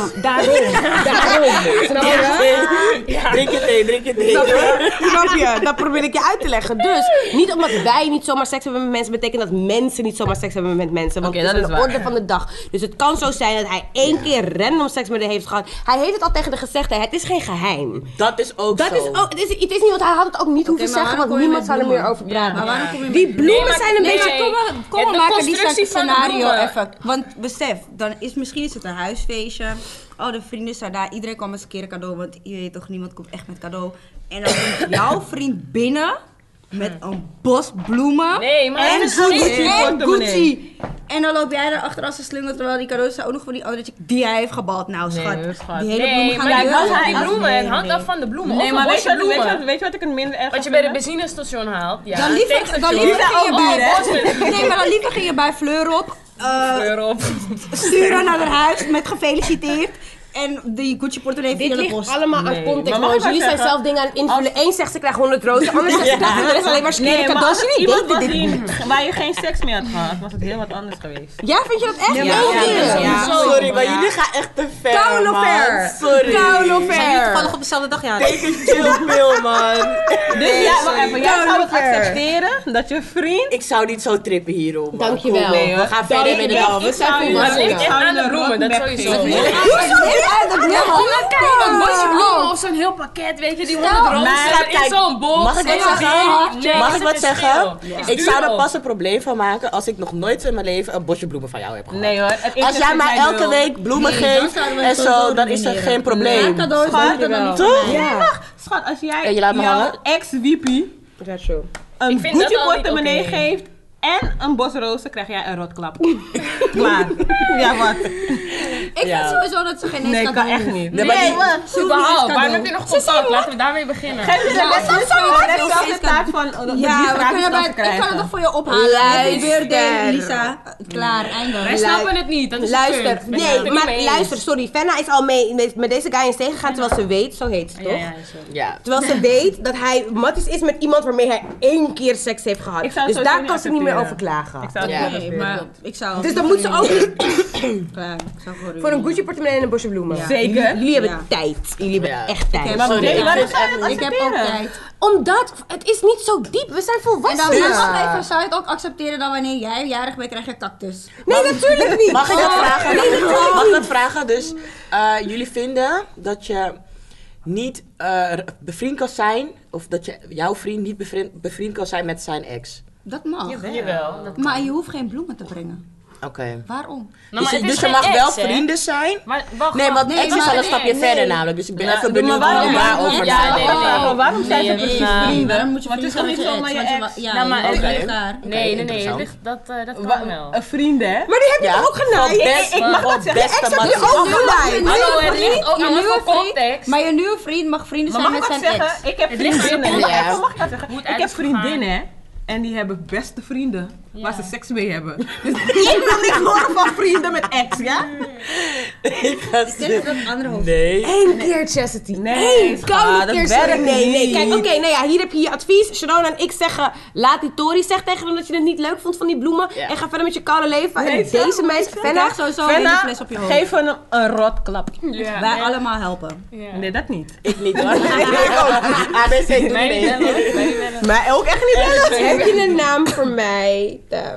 Snap je? Drink je thee. Snap je? Dat probeer ik je uit te leggen. Dus, niet omdat wij niet zomaar seks hebben met mensen, betekent dat mensen niet zomaar seks hebben met mensen. Want Oké, het is dat aan is de waar. orde van de dag. Dus het kan zo zijn dat hij 1 keer random seks met haar heeft gehad. Hij heeft het al tegen haar gezegd, hè. Het is geen geheim. Dat is ook Dat zo. is ook, het is niet, want hij had het ook niet hoeven maar zeggen, waarom want kom je niemand met zou er meer bloemen? over praten. Maar waarom kom je met Die bloemen maar- zijn een nee, beetje... nee. Kom Ja, maar de maken die constructie van de scenario bloemen. even. Want besef, dan is misschien is het een huisfeestje. Oh, de vrienden zijn daar. Iedereen kwam met een keer een cadeau. Want je weet toch, niemand komt echt met cadeau. En dan komt jouw vriend binnen met een bos bloemen. Nee, maar En het is Gucci. niet- En Gucci. En dan loop jij erachter als een slinger. Terwijl die cadeaus zijn ook nog van die andere chick die hij heeft gebald. Nou, schat. Nee, schat. Die hele Nee, bloemen gaan maar die naar bloemen, jou. die bloemen, het Nee, hangt nee. af van de bloemen. Nee, Of maar een bosje bloemen. weet je wat ik het minder erg Wat je bij de benzinestation haalt. Ja, Dan liever tankstation. ging je Oh, bij... bos met Nee, maar dan liever ging je bij Fleur op. kleur op. Sturen naar haar huis met gefeliciteerd. En die Gucci portemonnee via Dit de ligt post. allemaal aan Nee, context. maar mag ik Want jullie maar zijn zeggen, zelf dingen aan het invullen. Eén zegt ze krijgt 100 rozen, ander zegt ze krijgt de rest alleen maar skere Nee, maar cadeaus. als Je niet iemand denkt was dit die, waar je geen seks mee had gehad, was het heel wat anders geweest. Ja, vind je dat echt? Ja, Ja, ja. Sorry, maar jullie gaan echt te ver, Count of man. fair. Sorry. Count of Zijn jullie fair. toevallig op dezelfde dag? Ja. Take a chill pill, man. Dus ja, wacht even. Jij Count zou of het fair. accepteren dat je vriend... Ik zou niet zo trippen hierom, man. Dankjewel. Kom, nee, we gaan verder met de Dankjewel. dag. We zijn Maar het volwassenen. ligt echt aan de bloemen, dat sowieso. Omdat Kijk, een bosje bloemen of zo'n heel pakket, weet je, die 100 rozen maar in kijk, zo'n box. mag ik wat Nee, zeggen? nee, Mag is ik het wat een zeggen? verschil? Is Ik duur zou er ook. pas een probleem van maken als ik nog nooit in mijn leven een bosje bloemen van jou heb gehad. Nee hoor. Als jij mij elke week bloemen geeft en zo, dan is er geen probleem. Cadeaus Schat, doen dan niet Toch? voor mij. Ja. Schat, als jij En je laat me jouw hangen? ex-wiepie Ja, zo. een Ik vind dat Gucci al niet portemonnee oké. geeft en een bos rozen, krijg jij een rotklap. Klaar. Ja, wat? Ik vind sowieso dat ze geen Nee, cadeau kan echt doen. niet. Nee, maar die- Überhaupt, waarom heb je nog contact? Laten we daarmee beginnen. Geef je de taart van Ja, we kunnen bij, ik kan het nog voor je ophalen. Happy birthday, Lisa. Klaar, Wij einde. snappen het niet, dat is het Luister, punt. Ben je nee, het er niet maar mee eens? luister, sorry. Fenna is al mee met deze guy in zee gegaan terwijl ze weet, zo heet ze toch? Ja, ja, is zo. Ja. Terwijl ze weet dat hij matties is met iemand waarmee hij 1 keer seks heeft gehad. Ik zou Dus het daar sowieso kan ze niet meer over accepteren. klagen. Ik zou het Ja. niet Nee, accepteren. maar ik zou... Dus dan moet ze ook niet Klaar, ik zou voor een Gucci portemonnee en een bosje bloemen. Ja. Zeker. Jullie hebben Ja. tijd. Jullie hebben Ja. echt tijd. heb- Sorry, Nee, ik waarom vind zou je echt het niet. Ik heb ook accepteren? tijd. Omdat het is niet zo diep. We zijn En volwassen. dan, wacht even, zou je het ook accepteren dat wanneer jij jarig bent, krijg je cactus? Nee, natuurlijk niet. Mag ik dat vragen? Nee, natuurlijk Mag ik dat niet. vragen? Dus jullie vinden dat je niet bevriend kan zijn, of dat je jouw vriend niet bevriend kan zijn met zijn ex. Dat mag. Jawel, dat Maar je hoeft geen bloemen te brengen. Oké. Waarom? Nou, maar het is Dus je geen mag wel ex, hè? vrienden zijn? Maar wacht, Nee, want ex is al een stapje verder namelijk. Dus ik ben even benieuwd maar waarom- hoe daarover Ja, nadenken. nee. Waarom zijn ze Nee, precies nou, vrienden? Waarom moet je Want het is vrienden toch niet zijn met zomaar je je ex? ex? Ja, Nou, maar je het bent ligt- elkaar. Nee, het interessant. ligt, dat kan wel. Een vrienden, hè? Maar die heb je Ja. toch ook genaaid? Beste man. Hallo, het ligt ook aan nieuwe voor context. Maar je nieuwe vriend mag vrienden Maar zijn mag ik met wat zijn ex. zeggen? Ik heb Het ligt vriendinnen. erop. Ja. Mag ik wat zeggen? Hoe het Ik uit heb is gegaan. vriendinnen. En die hebben beste vrienden waar Ja. ze seks mee hebben. Dus ik wil niks horen van vrienden met ex, ja? Ik denk dat andere hoofd. Nee. Eén keer, Chastity. Nee, Eén schat, koude dat keer. werkt Nee, niet. kijk, oké, nou ja, hier heb je je advies. Sharona en ik zeggen, laat die Tori. Zeg tegen hem dat je het niet leuk vond van die bloemen. Ja. En ga verder met je koude leven. Nee, en zeg deze maar, mensen, zeg. Fenna, Krijg sowieso een hele Fenna, fles op je hoofd. geef hem een rotklap. Ja, Wij nee. allemaal helpen. Ja. Nee, dat niet. Ik niet hoor. Ik ook. ABC doet Mij niet bellen, hoor. mee. Mij niet bellen. Maar ook echt niet bellen. heb je een naam voor mij?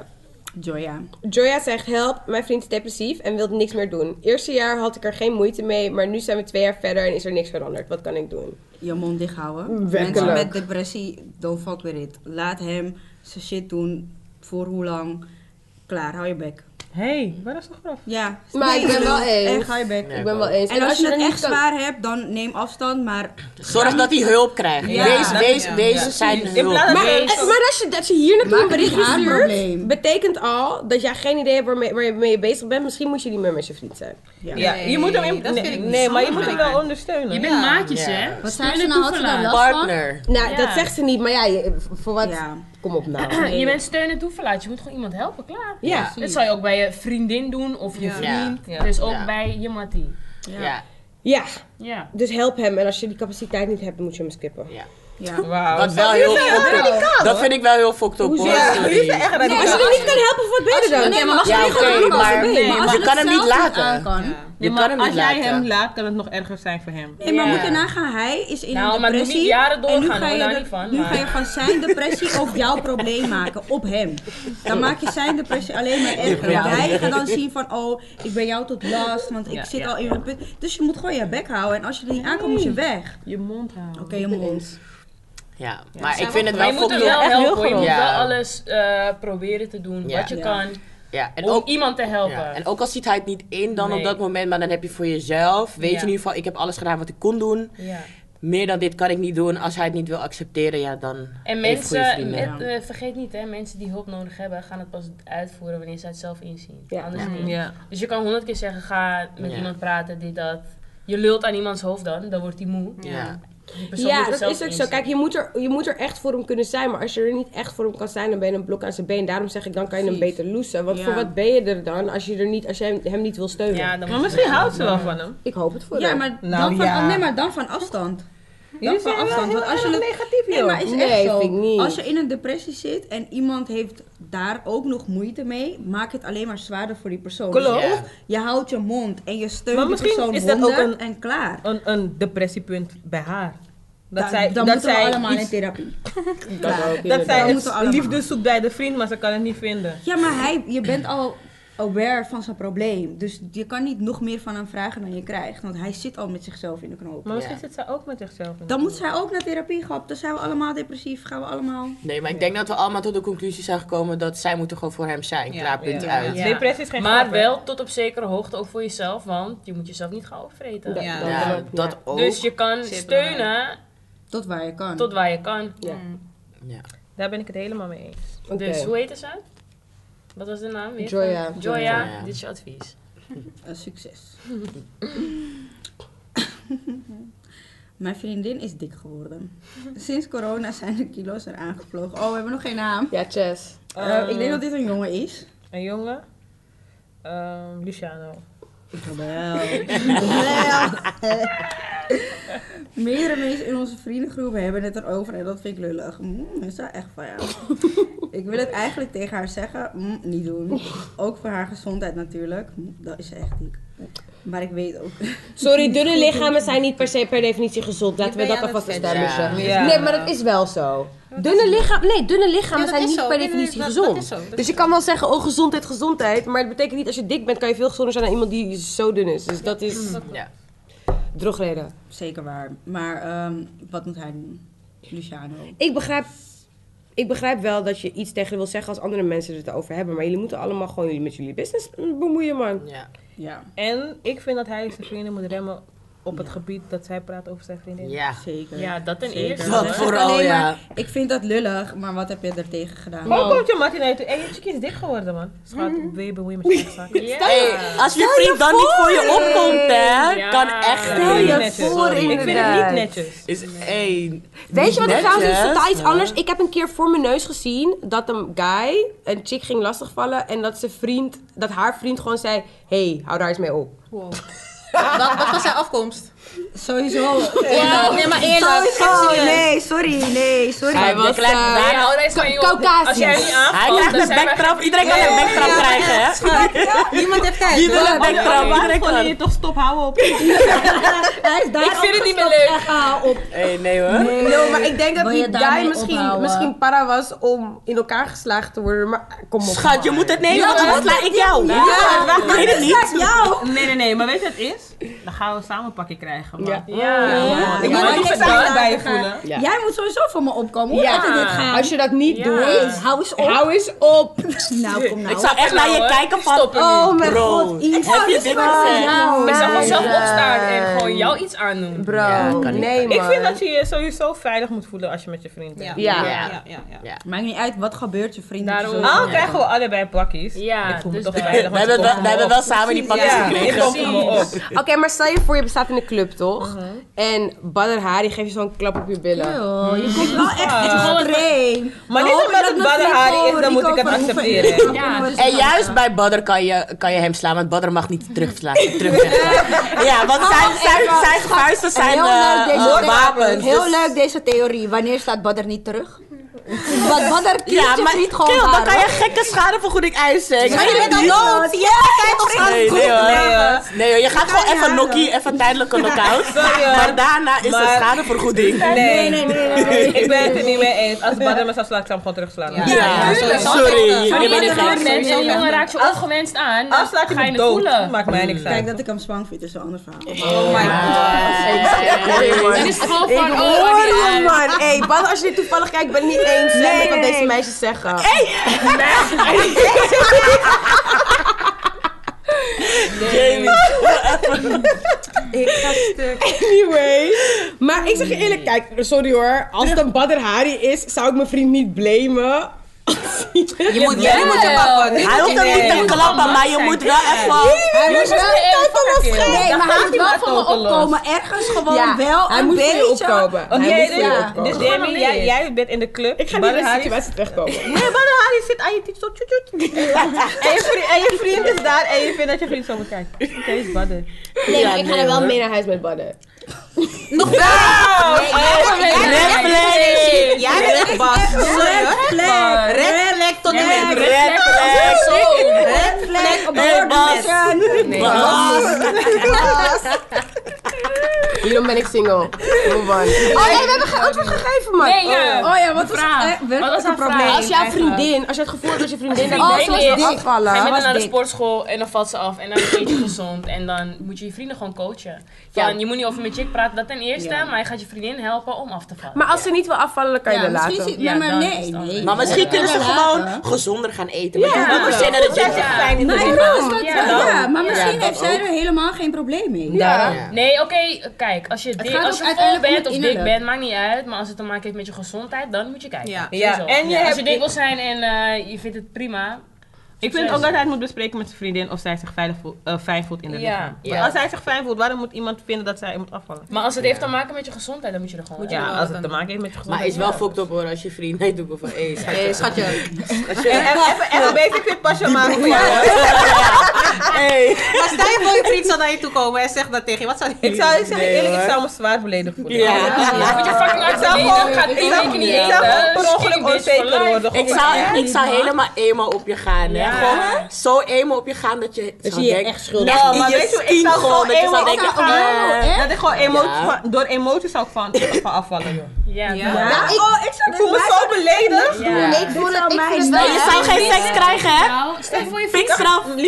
Joya. Joya zegt, help, mijn vriend is depressief en wil niks meer doen. Eerste jaar had ik er geen moeite mee, maar nu zijn we 2 jaar verder en is er niks veranderd. Wat kan ik doen? Je mond dicht houden. Wekkelijk. Mensen met depressie, don't fuck with it. Laat hem zijn shit doen. Voor hoe lang? Klaar, hou je bek. Hé, waar is de graf? Ja. Maar ik ben wel eens. Echt, hou je bek. Nee. Ik ben wel eens. En als je er het niet echt kan- zwaar hebt, dan neem afstand, maar... Zorg dat hij hulp krijgt. Ja, Wees zijn In hulp. plaats Maar, van... maar dat je hier naartoe een Maak het niet berichtje haar stuurt, probleem. betekent al dat jij geen idee hebt waarmee je bezig bent. Misschien moet je niet meer met je vriend zijn. Ja, je moet hem in... dat vind ik niet Nee, maar je zo moet hem belangrijk. wel ondersteunen. Je bent maatjes, Ja. hè? Wat Steun zei ze en nou? Had ze daar toeverlaat. last van? Partner. Nou, Ja. dat zegt ze niet, maar ja, voor wat? Ja. Kom op nou. Je bent steun en toeverlaat. Je moet gewoon iemand helpen, klaar. Ja. Dat zou je ook bij je vriendin doen of je Ja. vriend. Ja. Dus ook Ja. bij je mattie. Ja. Ja, Ja. dus help hem. En als je die capaciteit niet hebt, dan moet je hem skippen. Ja. Ja. Wauw. Wat wel heel fucked up. Dat vind ik wel heel fucked up hoor. Ja, Sorry. jullie zijn echt Als je radicaal. hem niet kan helpen, wat ben je dan? Nee, maar als je Ja, niet oké, gaat doen als maar- je weet, nee, maar als je je kan het hem niet zelf laten. aan kan. Je kan hem als niet jij laten. hem laat, kan het nog erger zijn voor hem. Nee, maar Ja. moet je nagaan, hij is in Nou, een maar depressie. niet jaren en nu doorgaan, ga hoor, je, daar niet van, nu maar- ga je van zijn depressie ook jouw probleem maken, op hem. Dan maak je zijn depressie alleen maar erger. Ja. Want hij gaat dan zien van, oh, ik ben jou tot last, want ik Ja, zit ja. al in een punt. Dus je moet gewoon je bek houden en als je er niet aankomt, moet je weg. Je mond houden. Oké, je mond. Ja, maar ik vind het Maar wel je moet hem fucked wel up. echt heel helpen. Je moet groot. wel Ja. alles proberen te doen Ja. wat je Ja. kan. Ja, en Om ook, iemand te helpen. ja, en ook al ziet hij het niet in dan Nee. op dat moment, maar dan heb je voor jezelf, weet je Ja. in ieder geval, ik heb alles gedaan wat ik kon doen. Ja. Meer dan dit kan ik niet doen. Als hij het niet wil accepteren, ja dan En even goede mensen, vrienden. vergeet niet hè, mensen die hulp nodig hebben, gaan het pas uitvoeren wanneer ze het zelf inzien. Ja. Anders Ja. niet. Ja. Dus je kan 100 keer zeggen, ga met Ja. iemand praten, dit, dat. Je lult aan iemands hoofd dan wordt hij moe. Ja. Die persoon moet Ja, het dat zelf is ook zo. inzien. Kijk, je moet er echt voor hem kunnen zijn. Maar als je er niet echt voor hem kan zijn, dan ben je een blok aan zijn been. Daarom zeg ik, dan kan je hem Precies. beter loesen. Want Ja. voor wat ben je er dan als je hem niet wil steunen? Ja, dan Maar moet je misschien wel. houdt ze wel van hem. Ik hoop het voor Ja, hem. maar Nou, dan van, ja. nee, maar dan van afstand. Jullie van zijn wel afstand, heel want als je erg het- negatief, Nee, joh. maar is Nee, echt zo. vind ik niet. Als je in een depressie zit en iemand heeft daar ook nog moeite mee, maak het alleen maar zwaarder voor die persoon. Klopt. Dus Ja. of je houdt je mond en je steunt Maar die misschien persoon is dat ook 100 en klaar. Een depressiepunt bij haar. Dat Dan zij, dat moeten we zij allemaal iets- in therapie. Dat Klaar. ook, dat inderdaad. zij Dan het moeten we allemaal. liefde zoekt bij de vriend, maar ze kan het niet vinden. Ja, maar je bent al aware van zijn probleem. Dus je kan niet nog meer van hem vragen dan je krijgt. Want hij zit al met zichzelf in de knoop. Maar misschien Ja. zit zij ook met zichzelf in de Dan moet knoop. zij ook naar therapie gaan. Dan zijn we allemaal depressief. Gaan we allemaal... Nee, maar ik denk dat we allemaal tot de conclusie zijn gekomen dat zij moeten gewoon voor hem zijn. Ja. Klaar, punt Ja. uit. Ja. Depressie is geen Maar grap, hè? wel tot op zekere hoogte ook voor jezelf, want je moet jezelf niet gaan opvreten. Dat- Ja. dat- Ja, dat- dat ook. Dus je kan Zeker steunen Tot waar je kan. tot waar je kan. Ja. Ja. Daar ben ik het helemaal mee eens. Oké. Dus hoe heette ze? Wat was de naam weer? Joya. Joya, Joya. dit is je advies. Succes. Mijn vriendin is dik geworden. Sinds corona zijn de kilo's eraan gevlogen. Oh, we hebben nog geen naam. Ja, Chess. Ik denk dat dit een jongen is. Een jongen? Luciano. Wel. Meerdere mensen in onze vriendengroep hebben het erover en dat vind ik lullig. Is dat echt van jou? Ik wil het eigenlijk tegen haar zeggen, niet doen. Ook voor haar gezondheid natuurlijk. Dat is echt dik. Maar ik weet ook. Sorry, dunne lichamen zijn niet per definitie gezond. Laten we ben dat je aan alvast het establishen. Ja. Nee, maar dat is wel zo. Dunne lichamen zijn niet per definitie gezond. Dus je kan wel zeggen, oh gezondheid. Maar het betekent niet, als je dik bent, kan je veel gezonder zijn dan iemand die zo dun is. Dus dat is Ja. Zeker waar. Maar wat moet hij doen? Luciano. Ik begrijp ik begrijp wel dat je iets tegen wil zeggen als andere mensen het erover hebben. Maar jullie moeten allemaal gewoon jullie met jullie business bemoeien, man. Ja, En ik vind dat hij zijn vrienden moet remmen op het gebied dat zij praat over zijn vriendin. Ja. zeker. Ja, dat ten Zeker. eerste. Dat vooral, Alleen ja. maar, ik vind dat lullig, maar wat heb je er tegen gedaan? Hoe komt je Martin uit? Hé, je chickie is dik geworden, man. Schat, wil je bemoeien met je zaken? Ja. Hey, als je vriend dan niet voor je opkomt, hè, Ja. kan echt Stel niet. je netjes. voor, Ik vind het inderdaad. niet netjes. Is één. Weet je wat ik trouwens is? Netjes, Totaal iets ja. anders. Ik heb een keer voor mijn neus gezien dat een guy een chick ging lastigvallen. En dat haar vriend gewoon zei, hey, hou daar eens mee op. Wow. Wat was zijn afkomst? Sowieso. Nee, maar eerlijk. Oh, nee, sorry. Hij was Ja, hou deze van je op. Caucasisch. Als jij niet Hij aanvalt, krijgt dan een zijn wij... backtrap. Iedereen kan een backtrap krijgen, hè? Niemand heeft tijd. Wie wil een backtrap? Iedereen Kon kan. je toch stop houden op? Hij is daar Ik vind het niet meer leuk. op. Hey, nee hoor. No, maar ik denk dat Wil die je daarmee guy ophouden? misschien para was om in elkaar geslagen te worden. Maar kom op. Schat, je moet het nemen, want anders sla ik jou. Ik weet het niet. Nee, maar weet je wat het is? Dan gaan we samen een pakje krijgen, man. Ja. Ik Ja, moet maar niet je verdacht staat bij je daar. voelen. Ja. Jij moet sowieso voor me opkomen. Hoe gaat dit gaan? Als je dat niet Ja. doet, Hou eens op. hou eens op. Nou, kom nou. Ik zou echt naar je kijken van, Stop er nu. Oh mijn bro, god, Yves. heb je dit gezegd? Nou, Ik zou gewoon zelf Ja. opstaan en gewoon jou iets aandoen. Bro, Ja, kan niet. nee man. Ik vind dat je je sowieso veilig moet voelen als je met je vriend bent. Ja. Maakt niet uit wat gebeurt je vrienden. Daarom. sowieso. Al krijgen we allebei pakjes. Ja, Ik voel me dus toch dat. veilig. We hebben wel samen die pakjes Ja, ik gekregen. kom me op. Oké, maar stel je voor je bestaat in een club, toch? En Badr Hari geeft je zo'n klap op je billen. Je komt wel echt extreem. Maar niet omdat het Badr Hari is, dan moet ik het accepteren. Ja, dus En juist bij Badr kan je hem slaan, want Badr mag niet terugvechten. Ja, want zijn vuisten zijn Heel leuk deze wapens. Heel dus- leuk deze theorie. Wanneer staat Badr niet terug? Want Badr kiest Ja, je maar vriend gewoon kill, dan kan je daarom. gekke schadevergoeding eisen. Maar je bent al dood. Ja, kijk ons aan. Nee hoor. Nee hoor, je gaat gewoon even nokkie, even tijdelijke knockout. Maar daarna is het schadevergoeding. Nee. Ik ben het er niet mee eens. Als Badr me zou slaan, ik zou hem gewoon terugslaan. Ja, tuurlijk. sorry. Maar Je niet bent de een mensen, gek. en die jongen raakt je ongewenst aan. Dan Als slaat ga hij je me het dood. voelen. Maakt mij niks Kijk, uit. dat ik hem zwang vind is een ander verhaal. Oh my god. Dan is het gewoon Ik van, hoor oh, je, man. Hey, Badr, als je dit toevallig kijkt, ben ik niet eens. Nee, wat deze meisjes zeggen. Jamie. Ik ga stuk. Anyway. Maar ik zeg je eerlijk, kijk, sorry hoor. Als het een Badr Hari is, zou ik mijn vriend niet blamen. Jullie moeten je pakken. Hij hoeft hem niet te klappen, maar je moet wel even... Hij moet wel... Nee, maar hij moet wel voor me toteloos. opkomen. Ergens gewoon Ja, wel hij een moet voor je beetje. opkomen. Hij Oké, moet voor je dus, opkomen. dus Demi, jij bent in de club. Ik ga niet in Badr deze Hari- situatie terechtkomen. Nee, Badr Hari zit aan je tiet zo tjoet tjoet. En je vriend is daar en je vindt dat je vriend zo moet kijken. Oké, is Badr. Nee, maar ik ga er wel mee naar huis met Badr. Nog wel. Jij bent echt bas. Red flag tot en met. Red flag. Red flag op de Hey, Bas. Hierom ben ik single. Move on. Oh nee, we hebben geen antwoord gegeven, man. Nee, ja. Oh ja, wat was Vraag. het Wat was haar probleem? vraag? Als jouw vriendin, als je het gevoel hebt dat je vriendin dat Vriendin alles is- was Ga je afvallen. met haar was naar de dik. sportschool en dan valt ze af en dan eet je gezond. En dan moet je je vrienden gewoon coachen. Van, je moet niet over met chick praten, dat ten eerste. Maar je gaat je vriendin helpen om af te vallen. Maar als ze niet wil afvallen, dan kan je Ja, er misschien laten. zit... Ja, Nee, maar dan nee, is het nee. Maar misschien kunnen ze gewoon gezonder gaan eten. Maar je moet zin in het Jij zegt fijn in de Nee, lichaam. dat Ja, ja, maar ja, misschien dat heeft zij ook. er helemaal geen probleem mee. Ja. Nee, oké, kijk, als je, gaat als ook je vol uiteindelijk om bent het of dik innerlijk. bent, maakt niet uit. Maar als het te maken heeft met je gezondheid, dan moet je kijken. Ja. Ja, Sowieso. en je Als hebt- je dik wil zijn en je vindt het prima. Ik vind ook dat hij het moet bespreken met zijn vriendin of zij zich fijn voelt in de Ja, lichaam. ja. Maar als hij zich fijn voelt, waarom moet iemand vinden dat zij moet afvallen? Maar als het heeft te maken met je gezondheid, dan moet je er gewoon Ja, uit. als het te maken heeft met je gezondheid. Maar is wel fucked up hoor, als je vriend nee doet van hé, Hey, schatje. En een beetje fit pasje maken voor jou. Hey. Maar stel je voor je vriend zou naar je toe komen en zegt dat tegen je. Wat zou je Ik zou je zeggen, eerlijk, ik zou me zwaar beledigd voelen. Ja. Moet je fucking Ik zou gewoon, gaat ik één zou, week niet ik zou gewoon per eten. ongeluk Skinny bitch for onzeker life. worden. Ik zou helemaal emo op je gaan, hè. Ja. Gewoon zo emo op je gaan dat je zie je echt schuldig. Ja, in maar je weet je, ik skin zou gewoon, gewoon dat je emo zou denken, dat ik gewoon emoties, Ja. door emoties zou ik van afvallen, joh. Ja, Ja. Ik zou Ik voel me zo beledigd. ja. Ik voel het, ik vind het je zou geen seks krijgen, hè. Nou, stel je voor je Pikstraf. Lieve schat,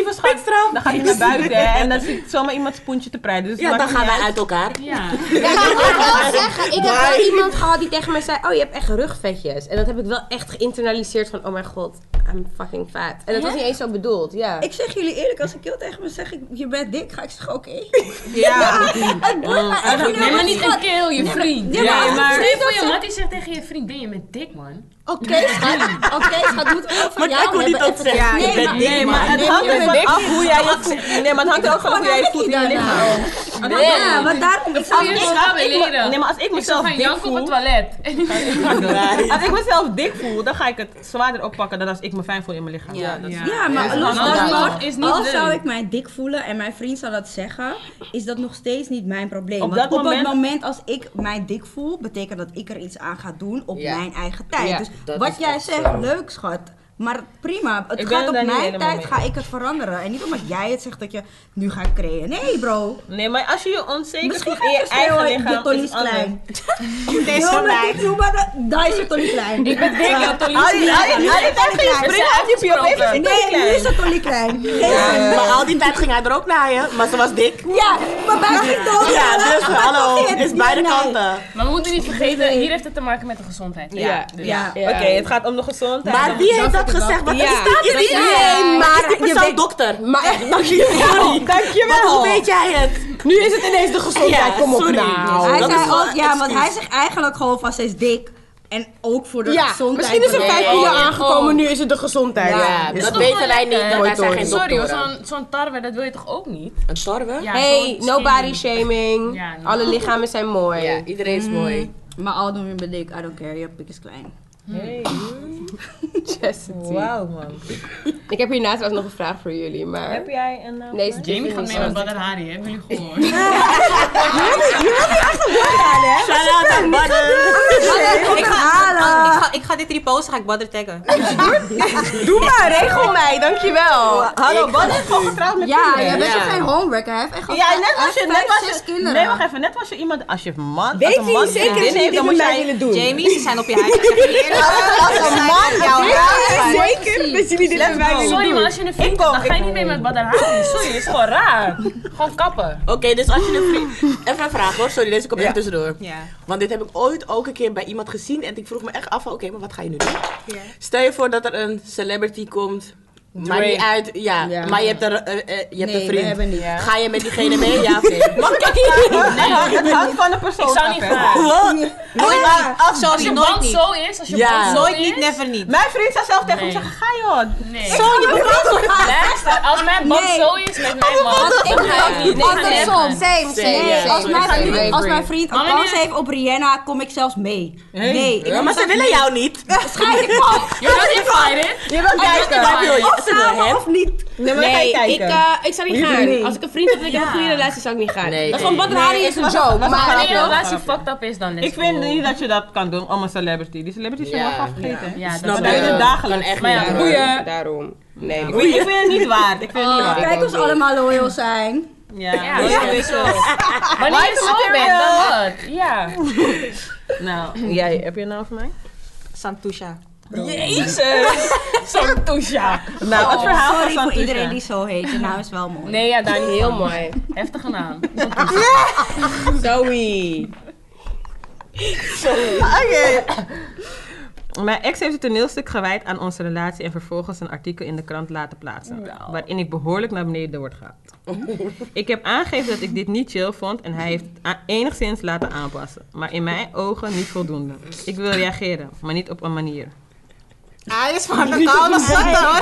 achteraf? Dan gaat hij naar buiten hè, en dan zit zomaar iemand spoentje te prijden. Dus Ja, dan gaan wij uit elkaar. Ja. Ja, ik moet wel zeggen, ik heb wel iemand gehad die tegen mij zei, oh je hebt echt rugvetjes. En dat heb ik wel echt geïnternaliseerd van, oh mijn god, I'm fucking fat. En dat was niet eens zo bedoeld, ja. Ik zeg jullie eerlijk, als een kill tegen me zegt, je bent dik, ga ik zeggen, oké. Ja. Het boeit me echt niet. Nee, maar niet een kill, je vriend. Ja, maar- Stel je voor je mattie zegt tegen je vriendin, je bent dik, man. Oké, schat, moeten we over Maar jou kijk hoe die hebben. dat zegt. Nee, Je bent maar- dik, Nee, maar het Nee, hangt je ervan bent af hoe jij je voelt. Nee, maar het hangt er ook van hoe jij je voelt in je lichaam. Ja, want daarom... Ik zou Zie je, wel beleden. Nee, maar als ik Ik zou mezelf gaan dik janken op het voel... toilet. Als ik mezelf dik voel, dan ga ik het zwaarder oppakken dan als ik me fijn voel in mijn lichaam. Ja, maar los Anders daarvan, nog is niet als leuk. zou ik mij dik voelen en mijn vriend zou dat zeggen, is dat nog steeds niet mijn probleem. Op Want dat op het moment- moment als ik mij dik voel, betekent dat ik er iets aan ga doen op Ja. mijn eigen tijd. Ja, Dus dat wat is jij echt zegt, zo. leuk schat. Maar prima, het Ik ben gaat het op daar niet mijn helemaal tijd, mee ga ik het veranderen. En niet omdat jij het zegt dat je nu gaat creëren. Nee bro. Nee, maar als je je onzeker Misschien voelt in je ga je eigen schreeuwen, lichaam, je tolly is is het anders. klein. Deze Doe van maar mij. niet, doe maar daar is je tolly klein. Ik ben dik, Al die tijd ging je springen op die POV, is het Nee, nu klein. is het tolly klein. Maar al die tijd ging hij er ook naaien, maar ze was dik. Ja, maar bij mij toch. Ja, dus hallo, het is beide nee. kanten. Maar we moeten niet vergeten, hier heeft het te maken met de gezondheid. Ja. Ja. Oké, het gaat om de gezondheid. Maar wie heeft dat gezegd? Want Ja. er staat er niet Nee, maar maar is die je persoon weet- dokter? Maar Sorry. Dankjewel. Maar hoe weet jij het? nu is het ineens de gezondheid, Ja, kom op sorry. nou. Hij dat zei is wel ook, ja, want excuus. hij zegt eigenlijk gewoon van ze is dik. En ook voor de Ja, gezondheid. misschien is er 5 kilo aangekomen, nu is het de gezondheid. Ja, Is dat toch weten wel wij niet, lekker? want wij zijn geen Sorry hoor, doktoren. zo'n tarwe, dat wil je toch ook niet? Een tarwe? Ja, Hey, zo'n nobody skinny. shaming. Ja, nee. Alle lichamen zijn mooi. Ja, iedereen is mooi. Maar al doen we ben dik, I don't care, je pik is klein. Hey. Chastity. Wauw, man. Ik heb hiernaast ook nog een vraag voor jullie, maar... Heb jij een... Nee, is Jamie gaat mee met Badr Hari, hebben jullie gehoord? Shout-out aan Badden. Ik ga dit reposten, ga ik Badr taggen. Doe maar, regel mij, dankjewel. Hallo, wat is gewoon getrouwd met Ja, kinderen? jij bent Ja. toch geen homework, hij heeft echt al Ja, net was je, hij heeft net was 5, 6 je, kinderen. nee, wacht even, net was je iemand, als je man, Weet als een man je zeker dat vriendin jullie heeft, dit dan met moet mij jij, willen doen? Jamie, ze zijn op je huid. Ik zeg je eerlijk. als een man, jouw Zeker dat jullie dit met mij willen Sorry, doen? maar als je een vriend hebt, dan ga je niet mee met Badr Hari. Sorry, het is gewoon raar. Gewoon kappen. Oké, dus als je een vriend... Even een vraag hoor, sorry, deze komt even tussendoor. Ja. Want dit heb ik ooit ook een keer bij iemand gezien en ik vroeg me echt af van, oké, maar wat ga je nu doen? Stel je voor dat er een celebrity komt, maakt niet uit, ja, Ja. maar je hebt, je hebt Nee, een we vriend. hebben niet. Ga je met diegene mee, ja of nee? Mag ik het hangt van de persoon Ik zou af, niet hè. gaan. Nooit niet. Als Sorry, je nooit band niet. zo is, als je Ja. band zo Nooit niet, is... never niet. Mijn vriend zou zelf tegen me Nee. zeggen, ga joh. Nee. Zo, je bent Luister, als mijn band Nee. zo is met mijn man, dan ga ik niet. Nee, Andersom, same. Ja, Als mijn sorry, vriend, I als agree. mijn vriend een Maar kans wanneer- heeft op Rihanna, kom ik zelfs mee. Nee, ik Ja, kom maar ze zelfs willen mee. jou niet. Schijt ik van. Je bent invited. Je wilt kijken. Waar wil je? Of Is het een samen hem? of niet. Nee, maar ga Nee, je kijken. ik zou niet Liever gaan. niet. Als ik een vriend heb en ik heb een goede relatie, zou ik niet gaan. Nee, Dat is gewoon nee. Badr Hari is een joke. was- Maar Wanneer je wel. relatie fucked up is, dan let's Ik vind go. niet dat je dat kan doen om een celebrity. Die celebrities zijn Ja. wel afgegeten. Ja, dat Snap is Maar dat je? is het dagelijks. Kan echt Maar ja, niet. boeien. daarom. Nee. Ik vind het niet waard. Ik vind het niet waard. Kijk ons allemaal loyal zijn. Ja, Ja, dat is ja. sowieso. Wanneer je zo bent, dan wat? Ja. Nou, jij, heb je een naam voor mij? Santusha. Jezus. Santusha. Nou, het verhaal van Sorry voor Santusha. iedereen die zo heet. Je naam is wel mooi. Nee, ja, daar niet. Heel mooi. Heftige naam. Zoe. Oké. Mijn ex heeft het toneelstuk gewijd aan onze relatie en vervolgens een artikel in de krant laten plaatsen. Waarin ik behoorlijk naar beneden word gehaald. Ik heb aangegeven dat ik dit niet chill vond en hij heeft het enigszins laten aanpassen. Maar in mijn ogen niet voldoende. Ik wil reageren, maar niet op een manier. Hij is van de koude zatten hoor.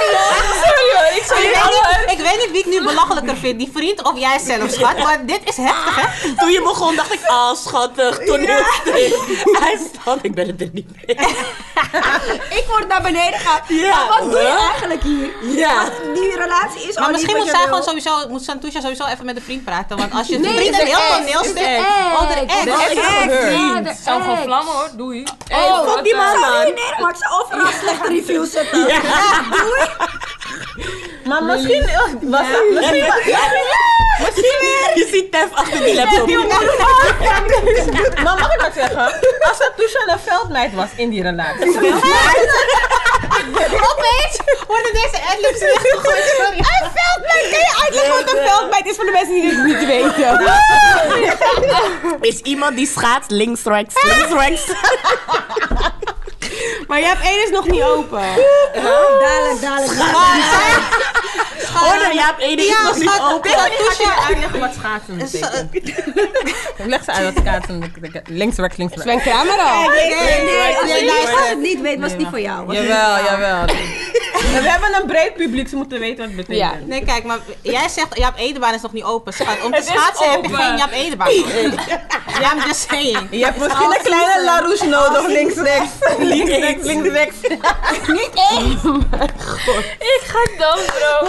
Ik weet niet wie ik nu belachelijker vind. Die vriend of jij zelf, schat. Maar dit is heftig, hè? Toen je begon dacht ik, ah schattig, toneelstuk. Hij stond, ik ben het er niet mee. Ik word naar beneden gegaan. Ja. Maar wat doe je Huh? eigenlijk hier? Ja. Die relatie is al Maar niet misschien wat moet je zij wil. gewoon sowieso, moet Santusha sowieso even met de vriend praten. Want als je Nee, vriend de een heel ex, toneelstuk... de ex. Oh, de ex. De ex. Ja, de Zou gewoon ex. vlammen hoor, doei. Hey, fuck die man, man. Nee, maar ik zou overal slechte reviews zetten. Maar misschien was het... Misschien Je ziet Tef achter die laptop. Maar mag ik wat zeggen? Als Santusha een veldmeid was in die relatie. Worden deze adlibs weggegooid? Sorry. Een veldmeid! Kan je uitleggen wat een veldmeid is voor de mensen die dit niet weten? Is iemand die schaats links, rechts. Maar je hebt één is nog niet open. Dadelijk. Hoor je hebt één is nog niet open. Ga je uitleggen wat schaatsen betekent? Leg ze uit wat schaatsen betekent. Links, rechts. Sven camera. Nee, als je het niet weet, was het niet voor jou. Jawel. We hebben een breed publiek, ze moeten weten wat het betekent. Ja. Nee, kijk, maar jij zegt Jaap Edebaan is nog niet open. Schat, om te Het is schaatsen heb je open. geen Jaap Edebaan nodig. Ja, I'm just saying. Je hebt misschien een kleine Larouche nodig, links, rechts. Links, rechts. Ik ga dood, bro.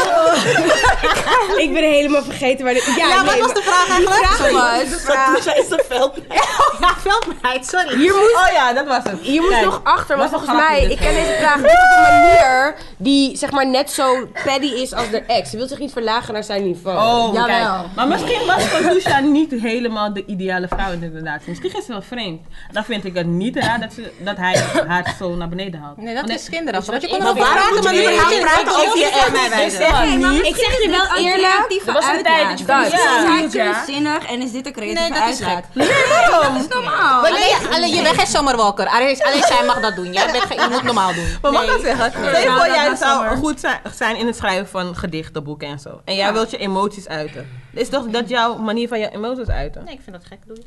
Ik ben helemaal vergeten waar de... Ja, wat was de vraag eigenlijk? Sorry. Zij is een veldmeid. Ja, veldmeid, sorry. Hier moet, Oh ja, dat was het. hier moet Kijk, nog achter, want dat is volgens een grapje mij... dit, Ik ken hè. deze vraag niet op een manier die zeg maar net zo paddy is als de ex. Ze wil zich niet verlagen naar zijn niveau. Oh, Jawel. kijk. Maar misschien was Katusha niet helemaal de ideale vrouw in de relatie. Misschien is ze wel vreemd. Dan vind ik het niet raar dat hij haar zo naar beneden haalt. Nee, dat Want is kinderachtig. Want je kon Maar erover waarom praten, moet je maar überhaupt praten over je ex? Ik zeg je wel eerlijk... Er was een tijd dat je van Is ja. hij zinnig en is dit een creatieve Nee, dat is uitlaat? leuk. Dat is normaal. Alleen je bent geen zomerwalker. Alleen zij mag dat doen. Je moet normaal doen. Maar wat ik zeggen, stel je voor jij dat zou was goed zijn in het schrijven van gedichten, boeken en zo. En jij wilt je emoties uiten. Is toch dat jouw manier van je emoties uiten? Nee, ik vind dat gek. Doe je.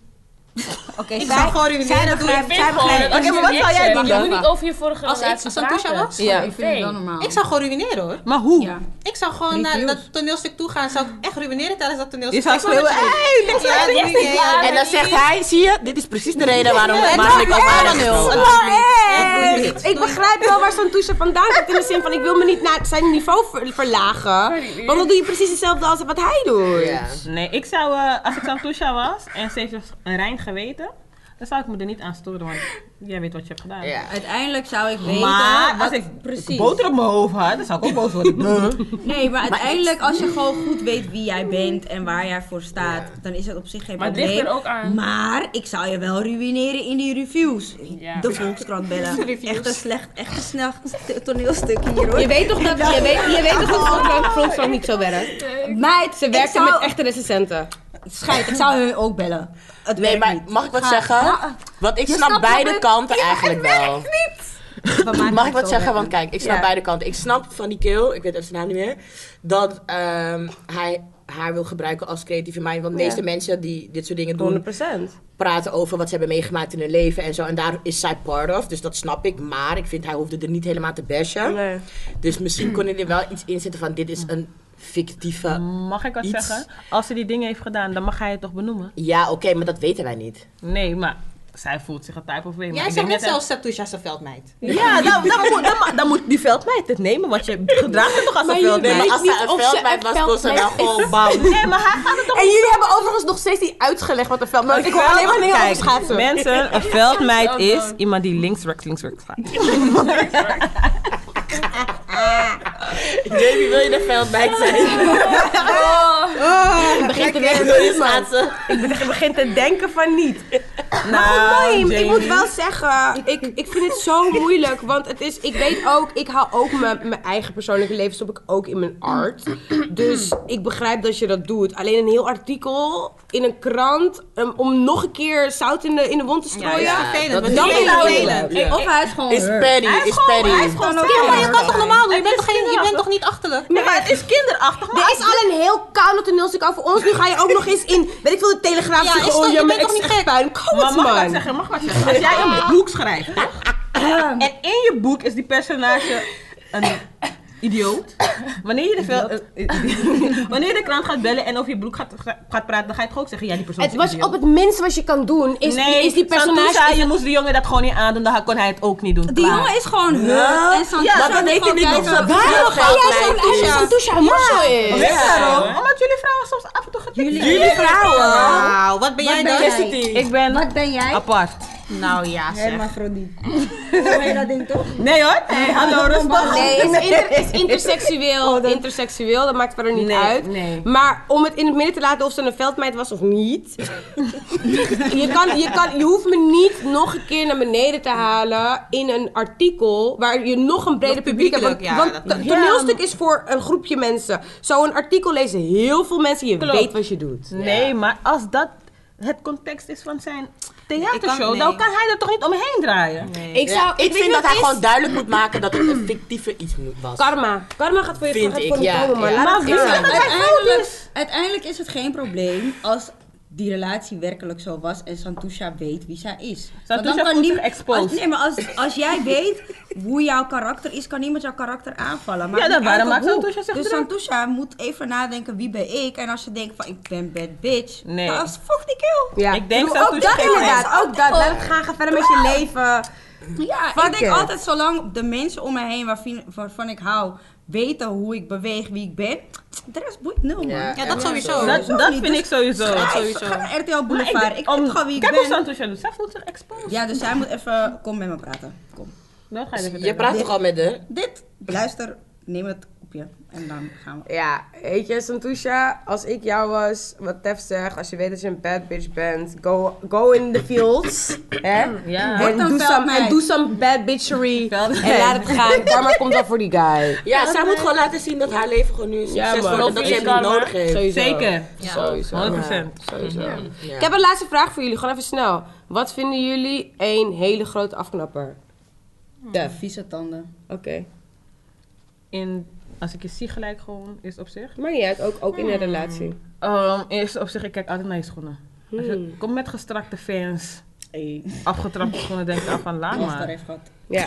Oké, Ik zou gewoon ruïneren. Ik vind gewoon dat als Oké, maar wat je zou jij ex doen hebt, dan? Je moet niet over je vorige Als ik relatie Santusha praten. was? Ja. Ik vind het wel normaal. Ik zou gewoon ruïneren hoor. Maar hoe? Ja. Ik zou gewoon naar dat toneelstuk toe gaan. Zou ik echt ruïneren tijdens dat Je toneelstuk. zou Ik wou schreeuwen, dat je doet. hey, links, Ja, doe je. En dan zegt hij, zie je, dit is precies de reden waarom ik over haar heb nul. gesproken. Ik begrijp wel waar Santusha vandaan komt in de zin van ik wil me niet naar zijn niveau verlagen. Want dan doe je precies hetzelfde als wat hij doet. Nee, ik zou, als ik Santusha was en ze heeft een rein geweten, dan zou ik me er niet aan storen, want jij weet wat je hebt gedaan. Ja. Uiteindelijk zou ik weten... Maar als wat- ik precies. boter op mijn hoofd had, dan zou ik ook boos worden. Nee, maar uiteindelijk als je gewoon goed weet wie jij bent en waar jij voor staat, dan is het op zich geen Maar het probleem. ligt er ook aan. Maar ik zou je wel ruïneren in die reviews. Ja. De Volkskrant bellen. Echt een snel toneelstuk hier hoor. Je weet toch dat je weet toch dat Volkskrant niet zo werkt? Meid, Ze werken met echte recensenten. Scheid, ik zou hun ook bellen. Het Nee, werkt maar niet. mag ik wat Ga- zeggen? Ja, Want ik Je snap snapt beide wat kanten eigenlijk wel. van mij Mag ik niet wat zo zeggen? Want werken. kijk, ik snap Ja. beide kanten. Ik snap van die kill, ik weet even zijn naam niet meer, dat hij haar wil gebruiken als creatieve mind. Want de meeste mensen die dit soort dingen doen, 100%. praten over wat ze hebben meegemaakt in hun leven en zo. En daar is zij part of, dus dat snap ik. Maar ik vind, hij hoefde er niet helemaal te bashen. Nee. Dus misschien kon hij er wel iets in zetten van, dit is een fictieve... Mag ik wat Iets. zeggen? Als ze die dingen heeft gedaan, dan mag hij het toch benoemen? Ja, oké, maar dat weten wij niet. Nee, maar zij voelt zich een type of way. Maar Jij ik zegt denk net dat zelfs Santusha zijn veldmeid. Ja, dan moet die veldmeid het nemen, want je gedraagt het toch als een Nee, veldmeid? maar als niet hij een of ze veldmeid een was, kon ze wel veldmeid gewoon bouwen. Nee, maar hij gaat het toch En jullie hebben overigens nog steeds niet uitgelegd wat een veldmeid is. Ik hoor alleen maar dingen over schaatsen. mensen, een veldmeid is iemand die links, rechts gaat. Jamie, wil je de veldmeid zijn? Ik begin te denken Wil je van schaatsen? Ik begin te denken van niet. Nou, Nee, ik Jamie. moet wel zeggen, ik vind het zo moeilijk. Want het is, ik weet ook, ik haal ook mijn eigen persoonlijke leven stop ik ook in mijn art. Dus ik begrijp dat je dat doet. Alleen een heel artikel in een krant om nog een keer zout in de wond te strooien. Ja, vervelend. dat Dat is is heel vervelend. Of hij is gewoon Is hurt. Paddy, is Paddy. Ja, maar je kan toch normaal doen? Je bent toch niet achterlijk? Nee, maar het is kinderachtig. Maar Er is al een heel koude toneelstuk over ons. Nu ga je ook nog eens in, weet ik veel, de Telegraaf Ja, zeggen, is toch- je mijn bent ex toch niet is gek? puin. Kom Maar eens, mag ik wat man. zeggen? Als jij een boek schrijft, toch? En in je boek is die personage een idioot. Wanneer je wanneer je de krant gaat bellen en over je boek gaat praten, dan ga je toch ook zeggen, ja, die persoon is Het was idioot. op het minste wat je kan doen, is die personage... Santusha, je moest die jongen dat gewoon niet aandoen, dan kon hij het ook niet doen. Die Klaar. jongen is gewoon hurt. En Santusha maar dan weet je niet of ze Waarom ga jij zo veldmeid uit is. Santusha Mosso is? Weet je waarom? Omdat jullie vrouwen soms af en toe getikt zijn. Jullie vrouwen. Wauw, wat ben jij dan? ben jij? Ik ben Wat ben jij? apart. Nou ja, zeg. Hermafrodiet. Hoor je dat ding toch? Nee hoor. Nee, hallo, rustig. Nee, is interseksueel. Interseksueel, dat maakt verder niet uit. Nee. Maar om het in het midden te laten of ze een veldmeid was of niet. je hoeft me niet nog een keer naar beneden te halen in een artikel waar je nog een breder Nog publiek hebt. publiekelijk, Want ja, het toneelstuk is voor een groepje mensen. Zo'n artikel lezen heel veel mensen. Je Klopt. weet wat je doet. Nee, maar als dat het context is van zijn theatershow, nee. dan kan hij er toch niet omheen draaien? Nee. Ik vind dat hij gewoon duidelijk moet maken dat het een fictieve iets was. Karma gaat voor je Vind ik, voor me ja, komen, maar ja. laat het gaan. Uiteindelijk is het geen probleem als die relatie werkelijk zo was en Santusha weet wie zij is. Want Santusha voelt zich exposed. Nee, maar als jij weet hoe jouw karakter is, kan niemand jouw karakter aanvallen. Ja, dan waarom maakt hoe. Santusha zich Dus druk? Santusha moet even nadenken, wie ben ik? En als je denkt van, ik ben bad bitch, Nee. dan is fuck die kill. Ja. Ik denk Ook Santusha dat geen inderdaad, ook dat. Laat het gaan, ga verder met je leven. Ja, Fuck ik denk it. altijd, zolang de mensen om me heen waarvan ik hou, weten hoe ik beweeg, wie ik ben, de rest boeit nul, man. Ja, dat sowieso. Dat vind ik sowieso. Ga naar RTL Boulevard, ik weet gewoon wie ik Kijk hoe ben. Santusha doet. Zij voelt zich exposed. Ja, dus zij moet even, kom met me praten. Kom. Dan ga je even Je praat toch al met de? Dit, luister, neem het op je en dan gaan we. Ja, weet je, Santusha, als ik jou was, wat Tef zegt, als je weet dat je een bad bitch bent, go in the fields, hè? Ja. Word een veldmeid. doe some bad bitchery Veldmeid. en laat het gaan. Karma komt wel voor die guy. Ja, zij moet gewoon laten zien dat haar leven gewoon nu een Ja, succes man. wordt en dat ze hem niet nodig heeft. Sowieso. Zeker. Ja. Sowieso. 100%. Sowieso. Ja. Ik heb een laatste vraag voor jullie, gewoon even snel. Wat vinden jullie een hele grote afknapper? Tef. Vieze tanden. Oké. Als ik je zie gelijk gewoon, is het op zich. Maakt niet uit, ook in een relatie. Eerst op zich, ik kijk altijd naar je schoenen. Als je komt met gestrakte fans, afgetrapte schoenen, denk ik af van laat Als daar maar. heeft gehad. Ja.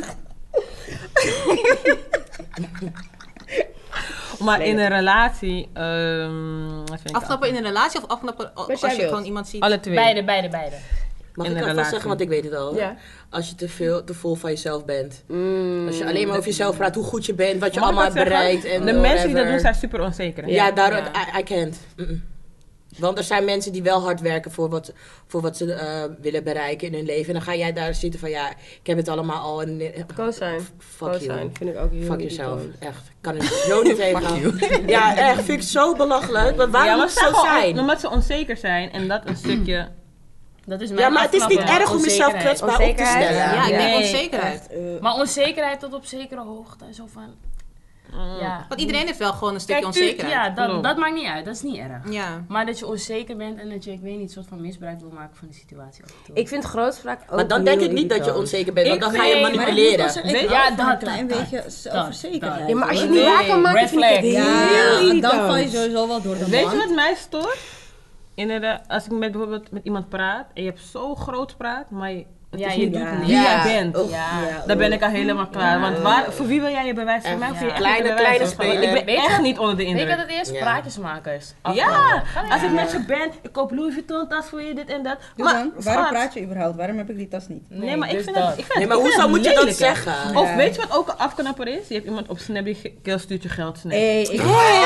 Maar in een relatie, wat vind ik Afknappen in een relatie of afknappen als jij je wilt. gewoon iemand ziet? alle twee. Beide. Mag In ik een alvast relatie. zeggen, want ik weet het al. Ja. Als je te vol van jezelf bent. Als je alleen maar over jezelf praat, hoe goed je bent, wat je Mag ik allemaal wat zeggen? bereikt. En De mensen die dat whatever. doen zijn super onzeker. hè? Ja, daarom, Ja. I can't. Want er zijn mensen die wel hard werken voor wat ze willen bereiken in hun leven. En dan ga jij daar zitten van, ja, ik heb het allemaal al. En, Co-sign. fuck you. Co-sign vind ik ook heel Fuck jezelf. irritant. Echt. Ik kan het zo niet tegen. Ja, echt. Vind ik zo belachelijk. Maar waarom Ja, moet het zo zijn? Omdat ze onzeker zijn en dat een stukje... Dat is mijn Ja, maar het is niet afknappen. erg om jezelf Onzekerheid. kwetsbaar op te Onzekerheid. stellen. Ja, ik denk Nee. onzekerheid. Maar onzekerheid tot op zekere hoogte en zo van... Ja. Want iedereen heeft wel gewoon een stukje Kijk, tuurlijk, onzekerheid. ja, dat maakt niet uit. Dat is niet erg. Ja. Maar dat je onzeker bent en dat je, ik weet niet, een soort van misbruik wil maken van de situatie af en toe. Ik vind grootspraak ook Maar dan denk heel ik niet dat je irritant. onzeker bent, want dan ga je Nee, manipuleren. Ik Ja, hou van een dat, klein dat, beetje dat. zelfverzekerheid. Ja, maar als je het Nee. niet waar kan maken, Red vind ik het flag. heel Ja, irritant. dan val je sowieso wel door de Weet je man. wat mij stoort? Als ik bijvoorbeeld met iemand praat en je hebt zo groot praat, maar het Ja, is je niet doet wie niet. jij bent. Ja. Dan ben ik al helemaal klaar. Want voor wie wil jij je bewijs voor mij? Of wil je echt Kleine- niet bewijs? kleine Van, speler. Ik ben Weet je echt wat- niet onder de Weet je indruk. dat het eerst? Ja. Praatjesmakers. Ja, als ik met je ben, ik koop Louis Vuitton tas voor je, dit en dat. Maar, waarom schat, praat je überhaupt? Waarom heb ik die tas niet? Nee, maar ik dus vind dat. het. Nee, maar hoezo moet je dat zeggen? Of weet je wat ook een afknapper is? Je hebt iemand op Snapchat, stuurt je geld snel. Ik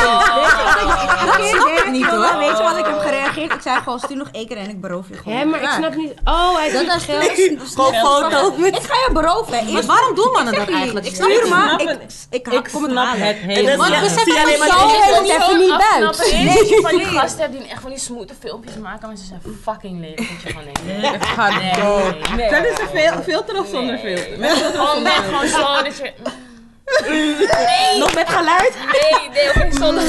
niet, hoor. Weet je wat ik heb gereageerd? Ik zei gewoon, stuur nog één keer en ik beroof je gewoon. Hè, maar ik snap niet... Oh, hij Dat doet is geld. Gewoon foto met... Ik ga je beroven. Maar waarom doen mannen dat eigenlijk? Ik snap het Stuur niet. maar. snap Ik Ik kom het snap halen. het En helemaal. dan Maar we zie je alleen maar zo dingetjes. heel even niet buit. Nee, je van die gasten hebt die echt van die smoete filmpjes maken, maar ze zijn fucking lelijk. Dat je gewoon denkt, nee, Het gaat dood. nee. Dat is een filter of zonder filter? Met filter of Gewoon zonder net, filter? gewoon zo dat je... Nog met geluid? Nee, ook zonder.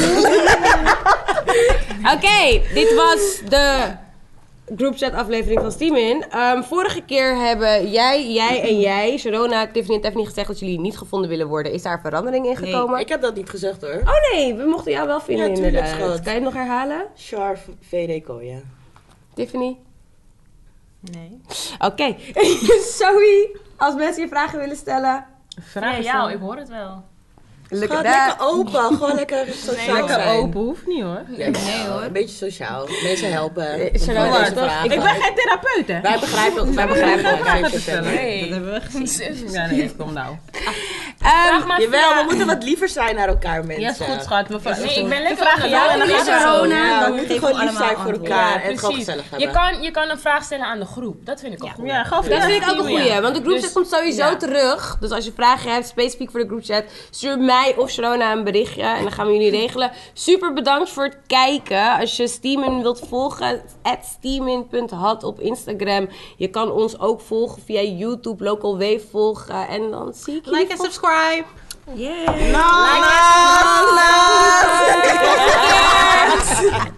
Oké, dit was de groupchat aflevering van Steamin. Vorige keer hebben jij, Sharona, Tiffany en Tiffany gezegd dat jullie niet gevonden willen worden. Is daar verandering in gekomen? Ik heb dat niet gezegd hoor. Oh nee, we mochten jou wel vinden Ja, tuurlijk, inderdaad. schat. Kan je het nog herhalen? Char VD ja. Tiffany? Nee. Oké. Sorry, als mensen je vragen willen stellen. Vraag Ja, eens jou, dan. ik hoor het wel. Gewoon lekker open, gewoon lekker sociaal Lekker zijn. open, hoeft niet hoor. Nee hoor. Een beetje sociaal. Mensen helpen. Sharona, Mensen is toch- vragen. Ik ben geen therapeut hè. Wij begrijpen vragen te elkaar. stellen. Nee. Dat hebben we gezien. Ja nee, kom nou. Vraag maar Jawel, we via- moeten wat liever zijn naar elkaar, mensen. Ja, is goed, schat. Nee, ik ben lekker vragen jou en dan onderweg. gaan we zo. Ja, we Dan moeten geven gewoon we lief zijn allemaal voor antwoord. elkaar Ja, en het gewoon precies. gezellig Je hebben. kan, kan een vraag stellen aan de groep. Dat vind ik ook goed. Ja, gewoon Dat vind ik ook een Ja. goeie, want de groupchat Dus- komt sowieso ja. terug. Dus als je vragen hebt, specifiek voor de groupchat, stuur mij of Sharona een berichtje en dan gaan we jullie regelen. Super bedankt voor het kijken. Als je Steamin wilt volgen, @steamin.had op Instagram. Je kan ons ook volgen via YouTube, Local Wave volgen. En dan zie ik jullie Like en subscribe. Yeah. Like